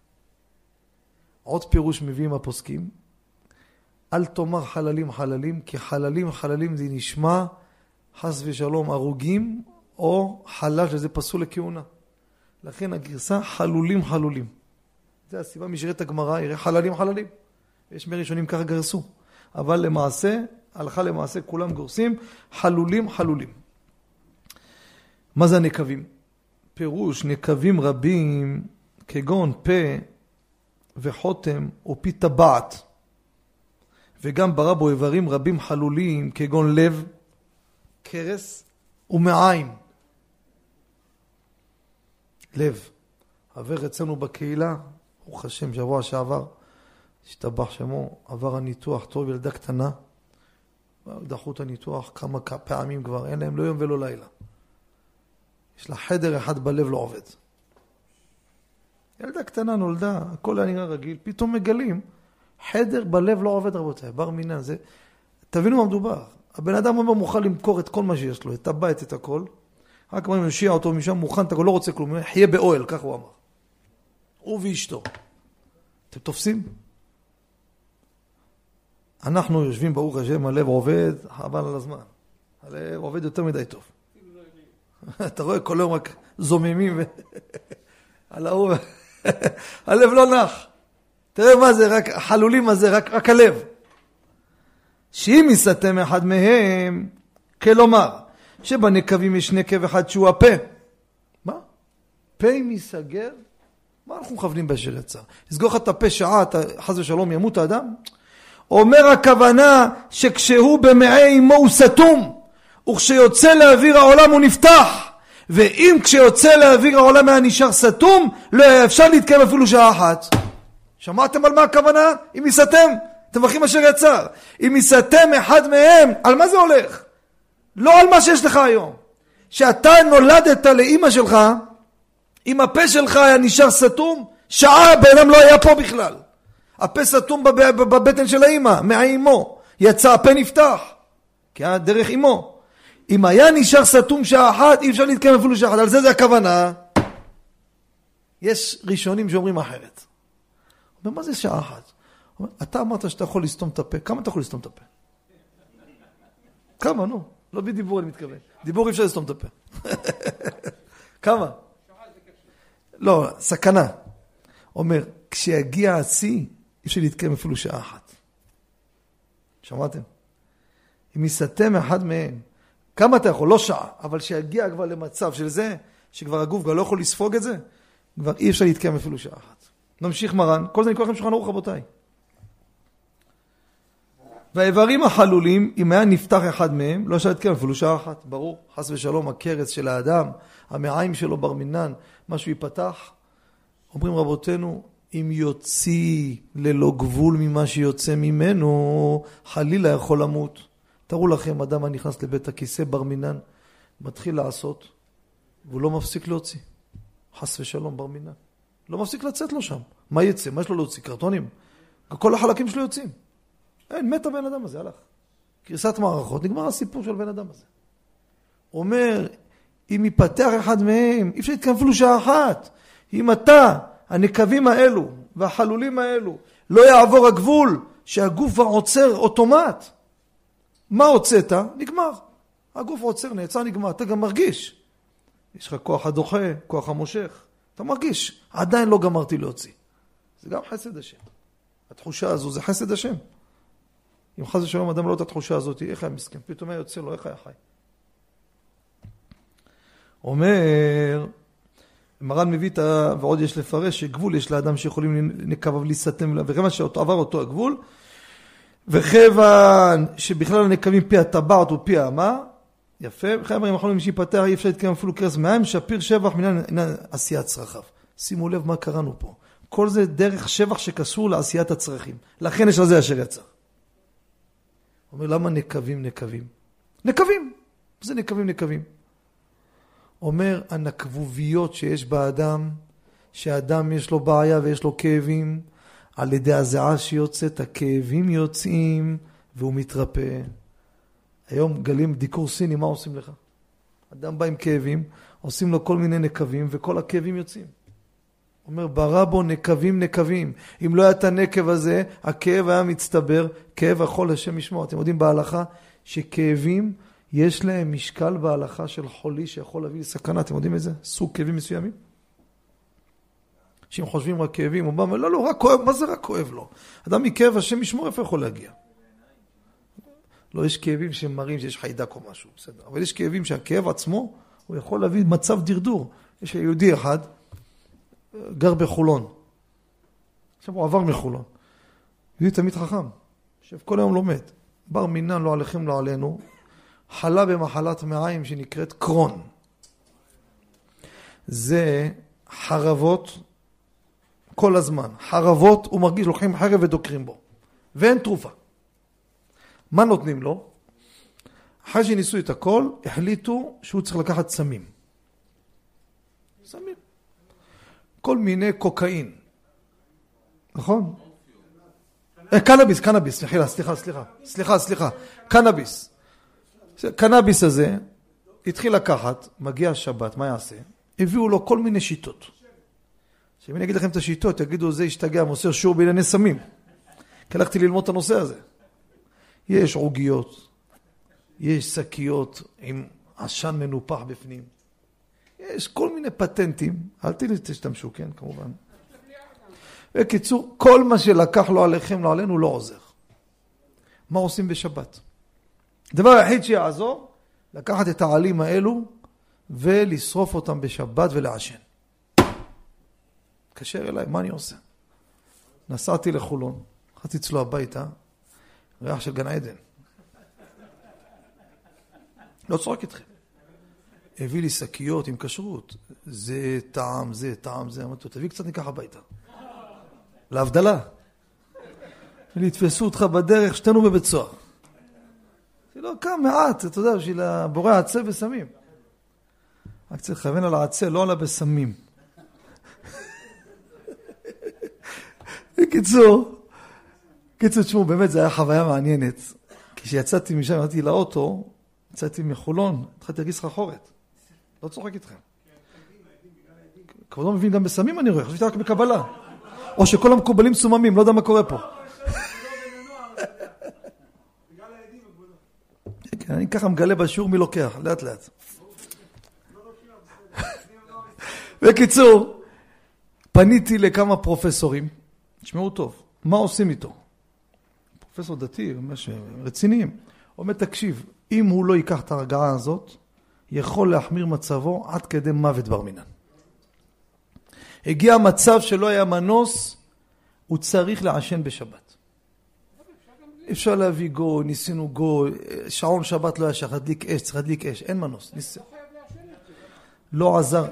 עוד פירוש מביאים הפוסקים. אל תאמר חללים חללים, כי חללים חללים זה נשמע חס ושלום הרוגים, או חלל שזה פסול לכהונה. לכן הגרסה חלולים חלולים. זה הסיבה, מי שיראה את הגמרא יראה חללים חללים. יש מראשונים ככה גרסו. אבל למעשה, הלכה למעשה כולם גורסים חלולים חלולים. מה זה הנקבים? פירוש נקבים רבים כגון פה וחותם ופי טבעת. וגם ברא בו איברים רבים חלולים כגון לב, קרס ומעיים. לב. עבר אצלנו בקהילה, ברוך השם, שבוע שעבר, השתבח שמו, עבר הניתוח טוב, ילדה קטנה, דחו את הניתוח כמה פעמים כבר, אין להם לא יום ולא לילה. יש לה חדר אחד בלב לא עובד. ילדה קטנה נולדה, הכל היה נראה רגיל, פתאום מגלים, חדר בלב לא עובד רבותיי, בר מינן, זה, תבינו מה מדובר. הבן אדם אומר מוכן למכור את כל מה שיש לו, את הבית, את הכל, רק אמרים משיע אותו משם, מוכן, אתה לא רוצה כלום, חיה באוהל, כך הוא אמר. הוא ואשתו. אתם תופסים? אנחנו יושבים ברוך השם, הלב עובד, חבל על הזמן. הלב עובד יותר מדי טוב. אתה רואה כל יום רק זוממים על ההוא. הלב לא נח. תראה מה זה, רק החלולים הזה, רק, רק הלב. שאם יסתם אחד מהם, כלומר, שבנקבים יש נקב אחד שהוא הפה. מה? פה אם ייסגר? מה אנחנו מכוונים באשר יצא? יסגור לך את הפה שעה, חס ושלום ימות האדם? אומר הכוונה שכשהוא במעי אמו הוא סתום, וכשיוצא לאוויר העולם הוא נפתח, ואם כשיוצא לאוויר העולם היה נשאר סתום, לא אפשר להתקיים אפילו שעה אחת. שמעתם על מה הכוונה? אם יסתם, אתם מברכים אשר יצר. אם יסתם אחד מהם, על מה זה הולך? לא על מה שיש לך היום. שאתה נולדת לאמא שלך, אם הפה שלך היה נשאר סתום, שעה בינם לא היה פה בכלל. הפה סתום בב... בבטן של האמא, מהאימו. יצא, הפה נפתח. כי היה דרך אימו. אם היה נשאר סתום שעה אחת, אי אפשר להתקיים אפילו שעה אחת. על זה זה הכוונה. יש ראשונים שאומרים אחרת. אומר, מה זה שעה אחת? אומר, אתה אמרת שאתה יכול לסתום את הפה. כמה אתה יכול לסתום את הפה? כמה, נו? לא בדיבור אני מתכוון. דיבור אי אפשר לסתום את הפה. כמה? לא, סכנה. אומר, כשיגיע הצי, אי אפשר להתקיים אפילו שעה אחת. שמעתם? אם יסתם אחד מהם, כמה אתה יכול? לא שעה, אבל שיגיע כבר למצב של זה, שכבר הגוף כבר לא יכול לספוג את זה, כבר אי אפשר להתקיים אפילו שעה אחת. נמשיך מרן, כל זה נקרא לכם שולחן ערוך רבותיי. והאיברים החלולים, אם היה נפתח אחד מהם, לא אפשר להתקיים אפילו שעה אחת. ברור, חס ושלום, הקרס של האדם, המעיים שלו בר מינן, משהו ייפתח. אומרים רבותינו, אם יוציא ללא גבול ממה שיוצא ממנו, חלילה יכול למות. תראו לכם, אדם הנכנס לבית הכיסא בר מינן, מתחיל לעשות, והוא לא מפסיק להוציא. חס ושלום בר מינן. לא מפסיק לצאת לו שם. מה יצא? מה יש לו להוציא? קרטונים? כל החלקים שלו יוצאים. אין, מת הבן אדם הזה, הלך. קריסת מערכות, נגמר הסיפור של בן אדם הזה. אומר, אם ייפתח אחד מהם, אי אפשר להתקיים אפילו שעה אחת. אם אתה, הנקבים האלו והחלולים האלו, לא יעבור הגבול שהגוף כבר עוצר אוטומט. מה הוצאת? נגמר. הגוף עוצר, נעצר, נגמר. אתה גם מרגיש. יש לך כוח הדוחה, כוח המושך. אתה מרגיש. עדיין לא גמרתי להוציא. זה גם חסד השם. התחושה הזו זה חסד השם. אם חס ושלום אדם לא את התחושה הזאת, איך היה מסכן? פתאום היה יוצא לו, איך היה חי? אומר, מרן מביא את ה... ועוד יש לפרש שגבול יש לאדם שיכולים נקביו להסתם, וכיוון שעבר אותו הגבול, וכיוון שבכלל הנקבים פי הטבעת ופי האמה, יפה, וכיוון אם יכולים שיפתח, אי אפשר להתקיים אפילו קרס מים, שפיר שבח מן עשיית צרכיו. שימו לב מה קראנו פה. כל זה דרך שבח שקשור לעשיית הצרכים. לכן יש לזה אשר יצא. אומר, למה נקבים נקבים? נקבים. זה נקבים נקבים. אומר, הנקבוביות שיש באדם, שהאדם יש לו בעיה ויש לו כאבים, על ידי הזעה שיוצאת, הכאבים יוצאים, והוא מתרפא. היום גלים דיקור סיני, מה עושים לך? אדם בא עם כאבים, עושים לו כל מיני נקבים, וכל הכאבים יוצאים. אומר, ברא בו נקבים נקבים. אם לא היה את הנקב הזה, הכאב היה מצטבר, כאב יכול השם ישמור. אתם יודעים בהלכה שכאבים, יש להם משקל בהלכה של חולי שיכול להביא לסכנה. אתם יודעים את זה? סוג כאבים מסוימים. שאם חושבים רק כאבים, הוא אומר, לא, לא, רק כואב, מה זה רק כואב לו? אדם מכאב, השם ישמור, איפה יכול להגיע? לא, יש כאבים שמראים שיש חיידק או משהו, בסדר. אבל יש כאבים שהכאב עצמו, הוא יכול להביא מצב דרדור. יש יהודי אחד, גר בחולון. עכשיו הוא עבר מחולון. יהודי תמיד חכם. יושב כל היום לומד. בר מינן לא עליכם לא עלינו. חלה במחלת מעיים שנקראת קרון. זה חרבות כל הזמן. חרבות הוא מרגיש, לוקחים חרב ודוקרים בו. ואין תרופה. מה נותנים לו? אחרי שניסו את הכל, החליטו שהוא צריך לקחת סמים. סמים. כל מיני קוקאין. נכון? קנאביס, קנאביס, סליחה, סליחה, סליחה, סליחה, סליחה, קנאביס. קנאביס הזה התחיל לקחת, מגיע השבת, מה יעשה? הביאו לו כל מיני שיטות. שאם אני אגיד לכם את השיטות, תגידו, זה השתגע, מוסר שיעור בענייני סמים. כי הלכתי ללמוד את הנושא הזה. יש עוגיות, יש שקיות עם עשן מנופח בפנים. יש כל מיני פטנטים, אל תשתמשו, כן, כמובן. בקיצור, כל מה שלקח לו עליכם, לא עלינו, לא עוזר. מה עושים בשבת? הדבר היחיד שיעזור, לקחת את העלים האלו, ולשרוף אותם בשבת ולעשן. קשר אליי, מה אני עושה? נסעתי לחולון, חצי אצלו הביתה, ריח של גן עדן. לא צורק אתכם. הביא לי שקיות עם כשרות. זה טעם, זה טעם, זה. אמרתי, תביא קצת ניקח הביתה. להבדלה. לתפסו אותך בדרך, שתנו בבית סוהר. זה לא קם מעט, אתה יודע, בשביל הבורא העצה וסמים. רק צריך לכוון על העצה, לא על הבסמים. בקיצור, קיצור, תשמעו, באמת, זו הייתה חוויה מעניינת. כשיצאתי משם, יצאתי לאוטו, יצאתי מחולון, התחלתי להרגיש סחרחורת. לא צוחק איתכם. כבר לא מבין גם בסמים, אני רואה, חשבתי רק בקבלה. או שכל המקובלים סוממים, לא יודע מה קורה פה. אני ככה מגלה בשיעור מי לוקח, לאט לאט. בקיצור, פניתי לכמה פרופסורים, תשמעו טוב, מה עושים איתו? פרופסור דתי, רציניים, אומר, תקשיב, אם הוא לא ייקח את הרגעה הזאת, יכול להחמיר מצבו עד כדי מוות בר מינן. הגיע מצב שלא היה מנוס, הוא צריך לעשן בשבת. אפשר להביא גו, ניסינו גו, שעון שבת לא היה שייך, הדליק אש, צריך להדליק אש, אין מנוס. לא עזר.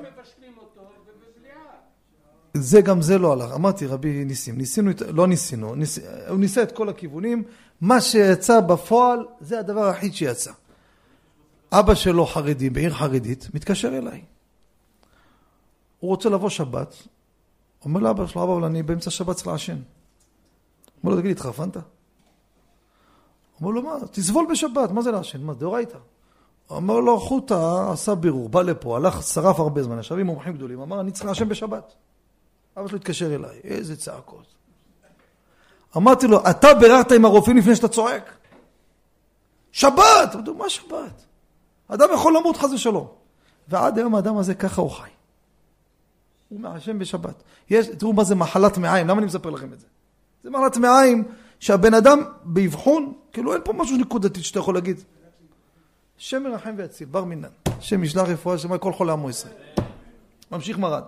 זה גם זה לא הלך. אמרתי, רבי ניסים, ניסינו, לא ניסינו, ניס, הוא ניסה את כל הכיוונים, מה שיצא בפועל, זה הדבר היחיד שיצא. אבא שלו חרדי, בעיר חרדית, מתקשר אליי. הוא רוצה לבוא שבת, אומר לאבא שלו, אבא, אבל אני באמצע שבת צריך לעשן. אומר לו, תגיד, התחרפנת? אומר לו, מה? תסבול בשבת, מה זה לעשן? מה, דאורייתא? אומר לו, חוטה עשה בירור, בא לפה, הלך, שרף הרבה זמן, ישב עם מומחים גדולים, אמר, אני צריך לעשן בשבת. אבא שלו התקשר אליי, איזה צעקות. אמרתי לו, אתה ביררת עם הרופאים לפני שאתה צועק? שבת! אמרתי לו, מה שבת? אדם יכול למות חס ושלום. ועד היום האדם הזה ככה הוא חי. הוא מעשן בשבת. יש, תראו מה זה מחלת מעיים, למה אני מספר לכם את זה? זה מחלת מעיים שהבן אדם באבחון, כאילו אין פה משהו נקודתית שאתה יכול להגיד. שם מרחם ויציל, בר מינן. שם ישלח רפואה, שמע כל חולה עמו ישראל. ממשיך מרד.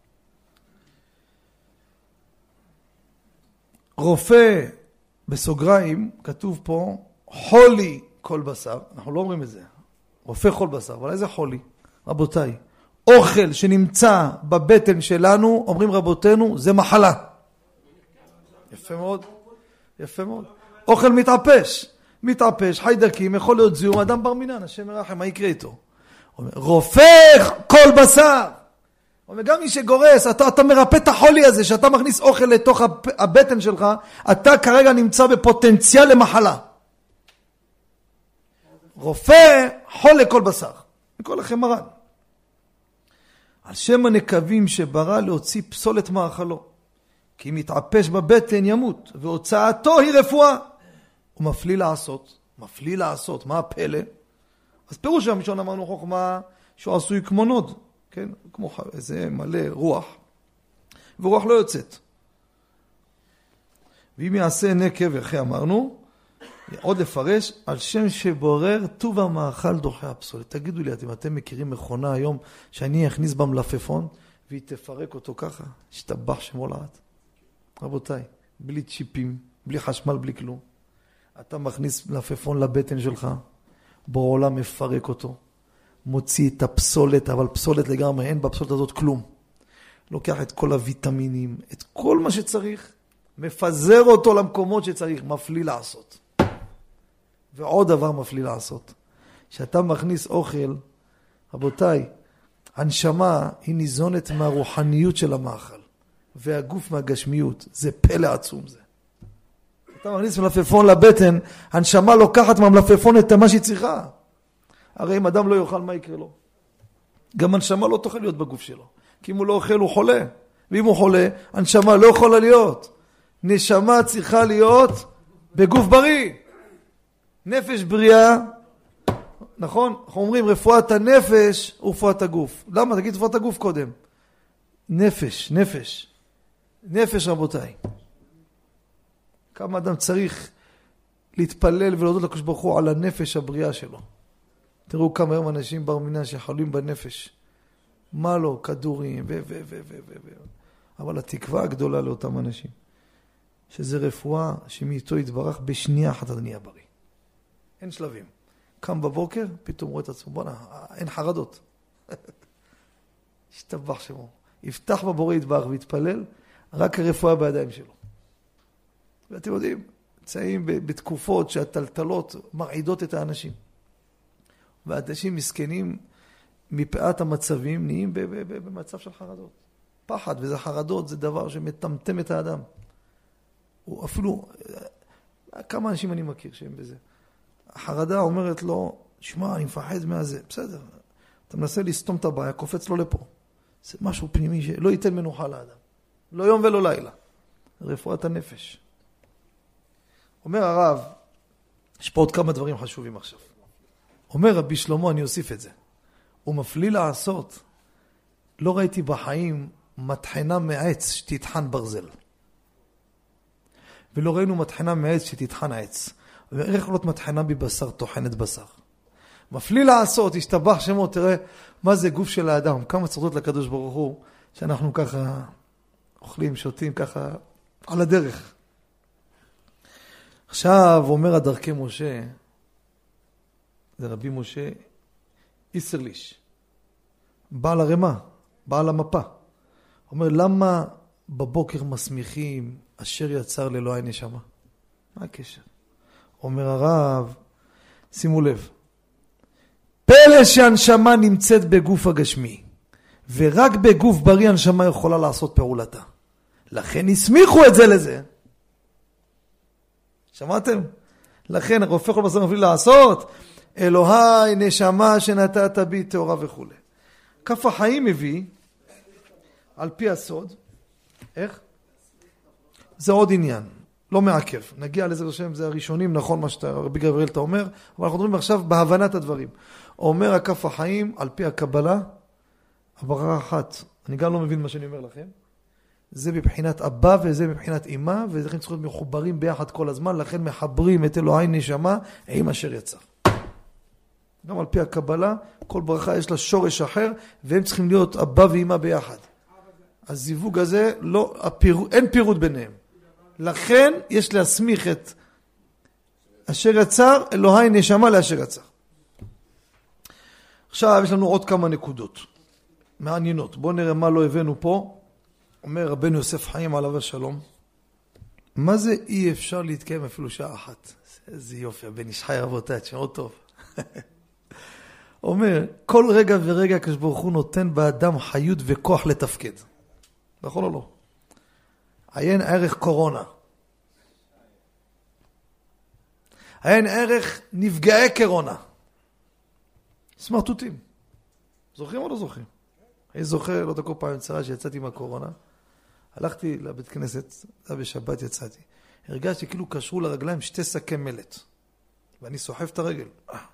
רופא בסוגריים, כתוב פה, חולי כל בשר. אנחנו לא אומרים את זה. רופא כל בשר, אבל איזה חולי? רבותיי, אוכל שנמצא בבטן שלנו, אומרים רבותינו, זה מחלה. יפה מאוד. יפה מאוד. אוכל מתעפש. מתעפש, חיידקים, יכול להיות זיהום, אדם בר מינן, השם מרחם, מה יקרה איתו? אומר, רופא כל בשר. אומר, גם מי שגורס, אתה, אתה מרפא את החולי הזה, שאתה מכניס אוכל לתוך הבטן שלך, אתה כרגע נמצא בפוטנציאל למחלה. רופא חולה כל בשר. נקרא לכם מרן. על שם הנקבים שברא להוציא פסולת מאכלו. כי אם יתעפש בבטן ימות, והוצאתו היא רפואה. הוא מפליא לעשות. מפליא לעשות. מה הפלא? אז פירוש הראשון אמרנו חוכמה שהוא עשוי כמו נוד. כן? כמו איזה מלא רוח. ורוח לא יוצאת. ואם יעשה נקב, אחרי אמרנו, עוד לפרש, על שם שבורר טוב המאכל דוחה הפסולת. תגידו לי, אתם, אתם מכירים מכונה היום שאני אכניס במלפפון והיא תפרק אותו ככה? שתבח שמו לעד. רבותיי, בלי צ'יפים, בלי חשמל, בלי כלום. אתה מכניס מלפפון לבטן שלך, בעולם מפרק אותו, מוציא את הפסולת, אבל פסולת לגמרי, אין בפסולת הזאת כלום. לוקח את כל הוויטמינים, את כל מה שצריך, מפזר אותו למקומות שצריך, מפליא לעשות. ועוד דבר מפליא לעשות. שאתה מכניס אוכל, רבותיי, הנשמה היא ניזונת מהרוחניות של המאכל, והגוף מהגשמיות. זה פלא עצום זה. אתה מכניס מלפפון לבטן, הנשמה לוקחת מהמלפפון את מה שהיא צריכה. הרי אם אדם לא יאכל, מה יקרה לו? גם הנשמה לא תוכל להיות בגוף שלו. כי אם הוא לא אוכל, הוא חולה. ואם הוא חולה, הנשמה לא יכולה להיות. נשמה צריכה להיות בגוף בריא. נפש בריאה, נכון? אנחנו אומרים רפואת הנפש ורפואת הגוף. למה? תגיד רפואת הגוף קודם. נפש, נפש. נפש רבותיי. כמה אדם צריך להתפלל ולהודות לקדוש ברוך הוא על הנפש הבריאה שלו. תראו כמה היום אנשים בר מינן שחולים בנפש. מה לא? כדורים ו ו ו ו ו ו. אבל התקווה הגדולה לאותם אנשים, שזה רפואה שמאיתו יתברך בשנייה אחת עד נהיה בריא. אין שלבים. קם בבוקר, פתאום רואה את עצמו, בוא נה, אין חרדות. ישתבח שמו. יפתח בבורא יתברך ויתפלל, רק הרפואה בידיים שלו. ואתם יודעים, נמצאים בתקופות שהטלטלות מרעידות את האנשים. והאנשים מסכנים מפאת המצבים נהיים במצב של חרדות. פחד, וזה חרדות, זה דבר שמטמטם את האדם. הוא אפילו, כמה אנשים אני מכיר שהם בזה. החרדה אומרת לו, שמע, אני מפחד מהזה. בסדר, אתה מנסה לסתום את הבעיה, קופץ לו לפה. זה משהו פנימי שלא ייתן מנוחה לאדם. לא יום ולא לילה. רפואת הנפש. אומר הרב, יש פה עוד כמה דברים חשובים עכשיו. אומר רבי שלמה, אני אוסיף את זה. הוא מפליא לעשות. לא ראיתי בחיים מטחנה מעץ שתטחן ברזל. ולא ראינו מטחנה מעץ שתטחן העץ. ואיך יכולות מטחנה בבשר טוחנת בשר. מפליא לעשות, השתבח שמו, תראה מה זה גוף של האדם. כמה צרדות לקדוש ברוך הוא, שאנחנו ככה אוכלים, שותים ככה על הדרך. עכשיו אומר הדרכי משה, זה רבי משה איסרליש, בעל הרמה, בעל המפה. אומר, למה בבוקר מסמיכים אשר יצר לאלוהי נשמה? מה הקשר? אומר הרב, שימו לב, פלא שהנשמה נמצאת בגוף הגשמי, ורק בגוף בריא הנשמה יכולה לעשות פעולתה. לכן הסמיכו את זה לזה. שמעתם? לכן הרופא כל בסדר מפליל לעשות, אלוהי נשמה שנתת בי תאורה וכו'. כף החיים מביא, על פי הסוד, איך? זה עוד עניין, לא מעכב. נגיע לזה לשם, זה הראשונים, נכון מה שאתה, רבי גבריאל אתה אומר, אבל אנחנו מדברים עכשיו בהבנת הדברים. אומר הכף החיים, על פי הקבלה, הבררה אחת, אני גם לא מבין מה שאני אומר לכם, זה מבחינת אבא וזה מבחינת אמא, וזה צריכים להיות מחוברים ביחד כל הזמן, לכן מחברים את אלוהי נשמה עם אשר יצא. גם על פי הקבלה, כל ברכה יש לה שורש אחר, והם צריכים להיות אבא ואמא ביחד. הזיווג הזה, לא, הפיר... אין פירוד ביניהם. לכן יש להסמיך את אשר יצר, אלוהי נשמה לאשר יצר. עכשיו יש לנו עוד כמה נקודות מעניינות. בואו נראה מה לא הבאנו פה. אומר רבנו יוסף חיים עליו השלום, מה זה אי אפשר להתקיים אפילו שעה אחת? איזה יופי, הבן איש חי רבותיי, תשמעו טוב. אומר, כל רגע ורגע כשברוך הוא נותן באדם חיות וכוח לתפקד. נכון או לא? עיין ערך קורונה. עיין ערך נפגעי קורונה. סמרטוטים. זוכרים או לא זוכרים? אני זוכר, לא תקור פעם צרה שיצאתי מהקורונה, הלכתי לבית כנסת, זה היה בשבת יצאתי, הרגשתי כאילו קשרו לרגליים שתי שקי מלט, ואני סוחב את הרגל.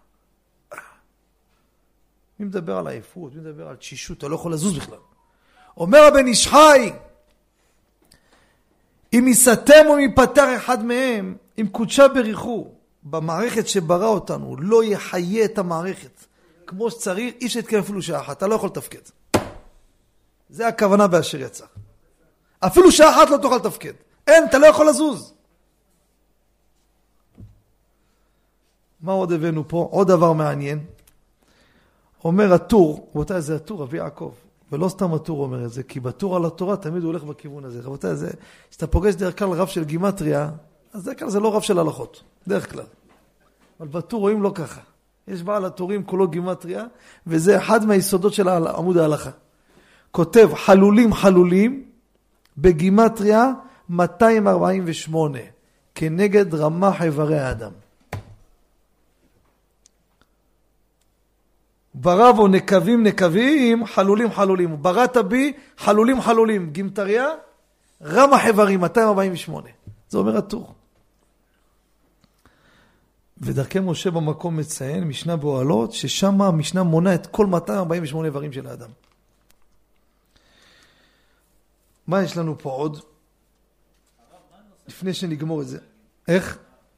מי מדבר על העייפות, מי מדבר על תשישות, אתה לא יכול לזוז בכלל. אומר הבן איש חי, אם יסתם או יפטר אחד מהם, אם קודשה בריחו, במערכת שברא אותנו, לא יחיה את המערכת, כמו שצריך, אי שתתקיים אפילו שעה אחת, אתה לא יכול לתפקד. זה הכוונה באשר יצא. אפילו שעה אחת לא תוכל לתפקד. אין, אתה לא יכול לזוז. מה עוד הבאנו פה? עוד דבר מעניין. אומר הטור, רבותיי, זה הטור, רבי יעקב. ולא סתם הטור אומר את זה, כי בטור על התורה תמיד הוא הולך בכיוון הזה. רבותיי, זה, שאתה פוגש דרך כלל רב של גימטריה, אז דרך כלל זה לא רב של הלכות, דרך כלל. אבל בטור רואים לא ככה. יש בעל הטורים כולו גימטריה, וזה אחד מהיסודות של עמוד ההלכה. כותב חלולים חלולים, בגימטריה מאתיים ארבעים ושמונה, כנגד רמ"ח איברי האדם. ברא בו נקבים נקבים, חלולים חלולים. בראת בי חלולים חלולים. גימטריה, רמ"ח איברים, מאתיים ארבעים ושמונה. זה אומר הטור. ודרכי משה במקום מציין, משנה באוהלות, ששם המשנה מונה את כל מאתיים ארבעים ושמונה איברים של האדם. מה יש לנו פה עוד? לפני שנגמור את זה. איך?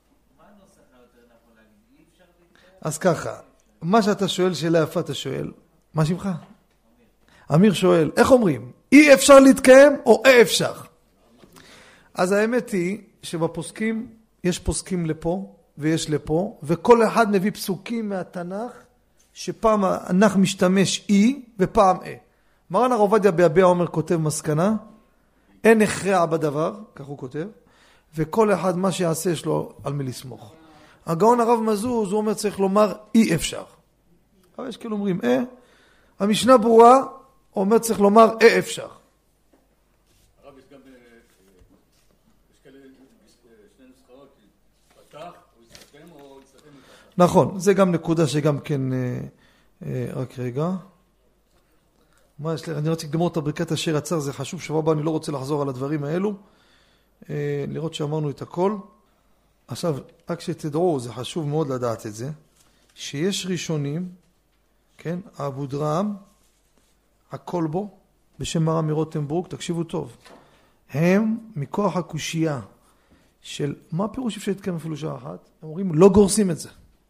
אז ככה, מה שאתה שואל, שאלה יפה אתה שואל, מה שמך? אמיר שואל, איך אומרים? אי אפשר להתקיים או אי אפשר? אז האמת היא שבפוסקים, יש פוסקים לפה ויש לפה, וכל אחד מביא פסוקים מהתנ"ך, שפעם הנ"ך משתמש אי ופעם אי. מרן הרב עובדיה ביביע אומר, כותב מסקנה, אין הכרע בדבר, כך הוא כותב, וכל אחד מה שיעשה יש לו על מי לסמוך. הגאון הרב מזוז, הוא אומר צריך לומר אי אפשר. אבל יש כאילו אומרים אה, המשנה ברורה אומר צריך לומר אה אפשר. הרב יש גם, יש כאלה שני נוסחאות, פתח או יסתם או יסתם מתחת. נכון, זה גם נקודה שגם כן, רק רגע. מה יש לי? אני רוצה לגמור את הברכת אשר יצר, זה חשוב, שבוע הבא אני לא רוצה לחזור על הדברים האלו, לראות שאמרנו את הכל. עכשיו, רק שתדעו, זה חשוב מאוד לדעת את זה, שיש ראשונים, כן, אבו דרם, הכל בו, בשם מרן מרוטנבורג, תקשיבו טוב, הם מכוח הקושייה של מה פירוש אפשר להתקיים אפילו שעה אחת, הם אומרים, לא גורסים את זה.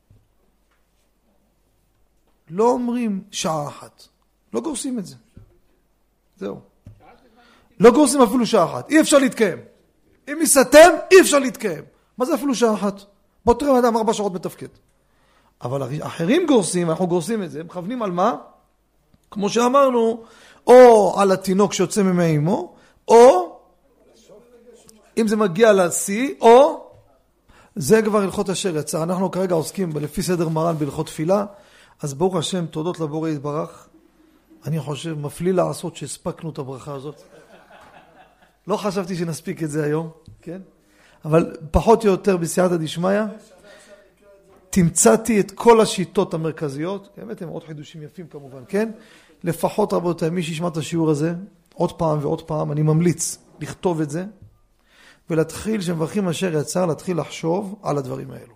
לא אומרים שעה אחת. לא גורסים את זה. זהו. לא גורסים אפילו שעה אחת. אי אפשר להתקיים. אם יסתם, אי אפשר להתקיים. מה זה אפילו שעה אחת? בוא תראה, אדם ארבע שעות מתפקד. אבל אחרים גורסים, אנחנו גורסים את זה, הם מכוונים על מה? כמו שאמרנו, או על התינוק שיוצא ממי אמו, או אם זה מגיע לשיא, או זה כבר הלכות אשר יצא. אנחנו כרגע עוסקים לפי סדר מרן בהלכות תפילה, אז ברוך השם, תודות לבורא יתברך. אני חושב, מפליא לעשות שהספקנו את הברכה הזאת. לא חשבתי שנספיק את זה היום, כן? אבל פחות או יותר בסייעתא דשמיא, תמצאתי את כל השיטות המרכזיות, באמת הם עוד חידושים יפים כמובן, כן? לפחות רבותיי, מי שישמע את השיעור הזה, עוד פעם ועוד פעם, אני ממליץ לכתוב את זה, ולהתחיל, שמברכים אשר יצר, להתחיל לחשוב על הדברים האלו.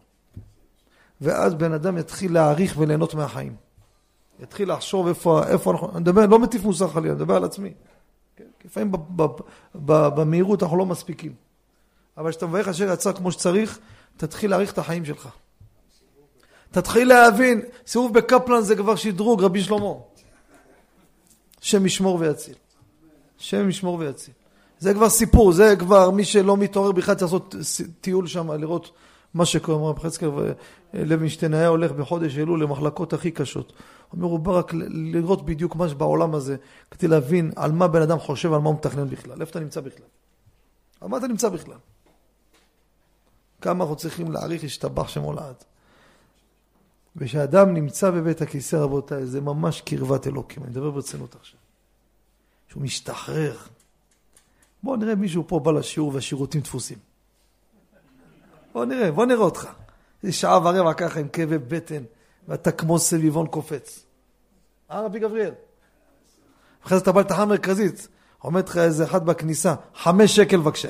ואז בן אדם יתחיל להעריך וליהנות מהחיים. יתחיל לחשוב איפה, איפה אנחנו, אני מדבר, לא מטיף מוסר חלילה, אני מדבר על עצמי. כן? לפעמים במהירות אנחנו לא מספיקים. אבל כשאתה מברך אשר יצא כמו שצריך, תתחיל להעריך את החיים שלך. תתחיל להבין, סיבוב בקפלן זה כבר שדרוג, רבי שלמה. שם ישמור ויציל. שם ישמור ויציל. זה כבר סיפור, זה כבר מי שלא מתעורר בכלל צריך לעשות טיול שם, לראות מה שקורה. מרב חזקאל ולוינשטיין היה הולך בחודש אלול למחלקות הכי קשות. אומר, הוא בא רק לראות בדיוק מה שבעולם הזה, כדי להבין על מה בן אדם חושב, על מה הוא מתכנן בכלל. איפה אתה נמצא בכלל? על מה אתה נמצא בכלל? כמה אנחנו צריכים להעריך להשתבח שמו לעד. ושאדם נמצא בבית הכיסא, רבותיי, זה ממש קרבת אלוקים. אני מדבר ברצינות עכשיו. שהוא משתחרר. בואו נראה מישהו פה בא לשיעור והשירותים דפוסים. בואו נראה, בואו נראה אותך. זה שעה ורבע ככה עם כאבי בטן, ואתה כמו סביבון קופץ. אה, רבי גבריאל? אחרי זה אתה בא לתחנה מרכזית, עומד לך איזה אחד בכניסה, חמש שקל בבקשה.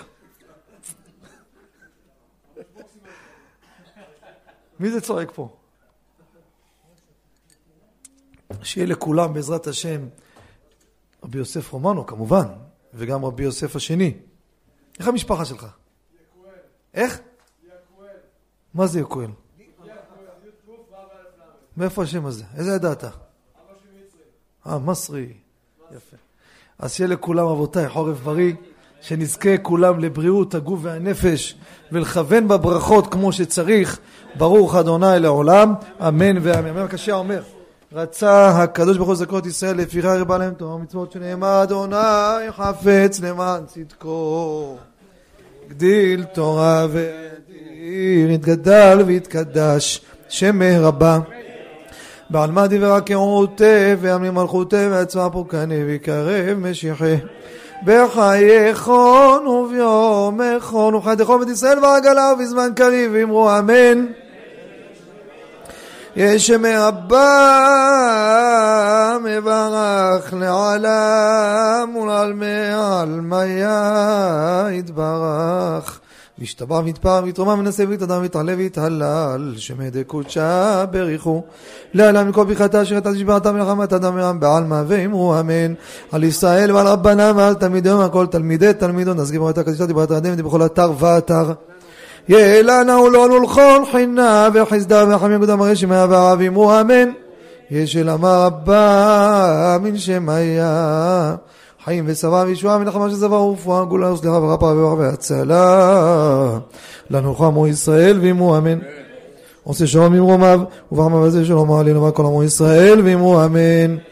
מי זה צועק פה? שיהיה לכולם בעזרת השם, רבי יוסף רומנו כמובן, וגם רבי יוסף השני. איך המשפחה שלך? יקואל. איך? יקואל. מה זה יקואל? מאיפה השם הזה? איזה עדה אתה? אבא של מצרי. אה, מסרי. יפה. אז שיהיה לכולם אבותיי, חורף בריא, שנזכה כולם לבריאות הגוף והנפש, ולכוון בברכות כמו שצריך. ברוך אדוני לעולם, אמן ואמן. מה הקשה אומר? רצה הקדוש ברוך הוא לזכות ישראל לפיכך הרבה להם תורה ומצוות שנאמר אדוני חפץ למען צדקו גדיל תורה ואדיר יתגדל ויתקדש שמי רבה בעל מה דברה כעותה ועמלי מלכותה ועצמה פורקני ויקרב משיחי בחייכון וביומכון וחייכון בית ישראל ועגלה ובזמן קריב אמרו אמן. יש מרבה מברך לעולם ולעלמי עלמיה יתברך וישתבח ויתפאר ויתרומם מנסה ויתאדם ויתעלה ויתהלל שמדי קודשה בריחו לעולם מכל ברכתה אשר אתה תשבעתה מלחמת אדם מרם בעלמא ואמרו אמן על ישראל ועל רבנם ועל תלמידיהם ועל כל תלמידי תלמידו נסגים ברתה קדישתה דיברת רדם ובכל אתר ואתר יאלנה ולון ולכון חינה וחסדה וחמים קודם הרי שמיה וערב אמרו אמן יש אל אמר רבה מן שמיה חיים וסבא וישועה מנחמה שזבה ורפואה גאולה וסליחה ורפא וברכה והצלה לנו חמו ישראל ואמרו אמן עושה שלום ממרומיו וברחמיו הזה שלום עלינו וכל עמו ישראל ואמרו אמן.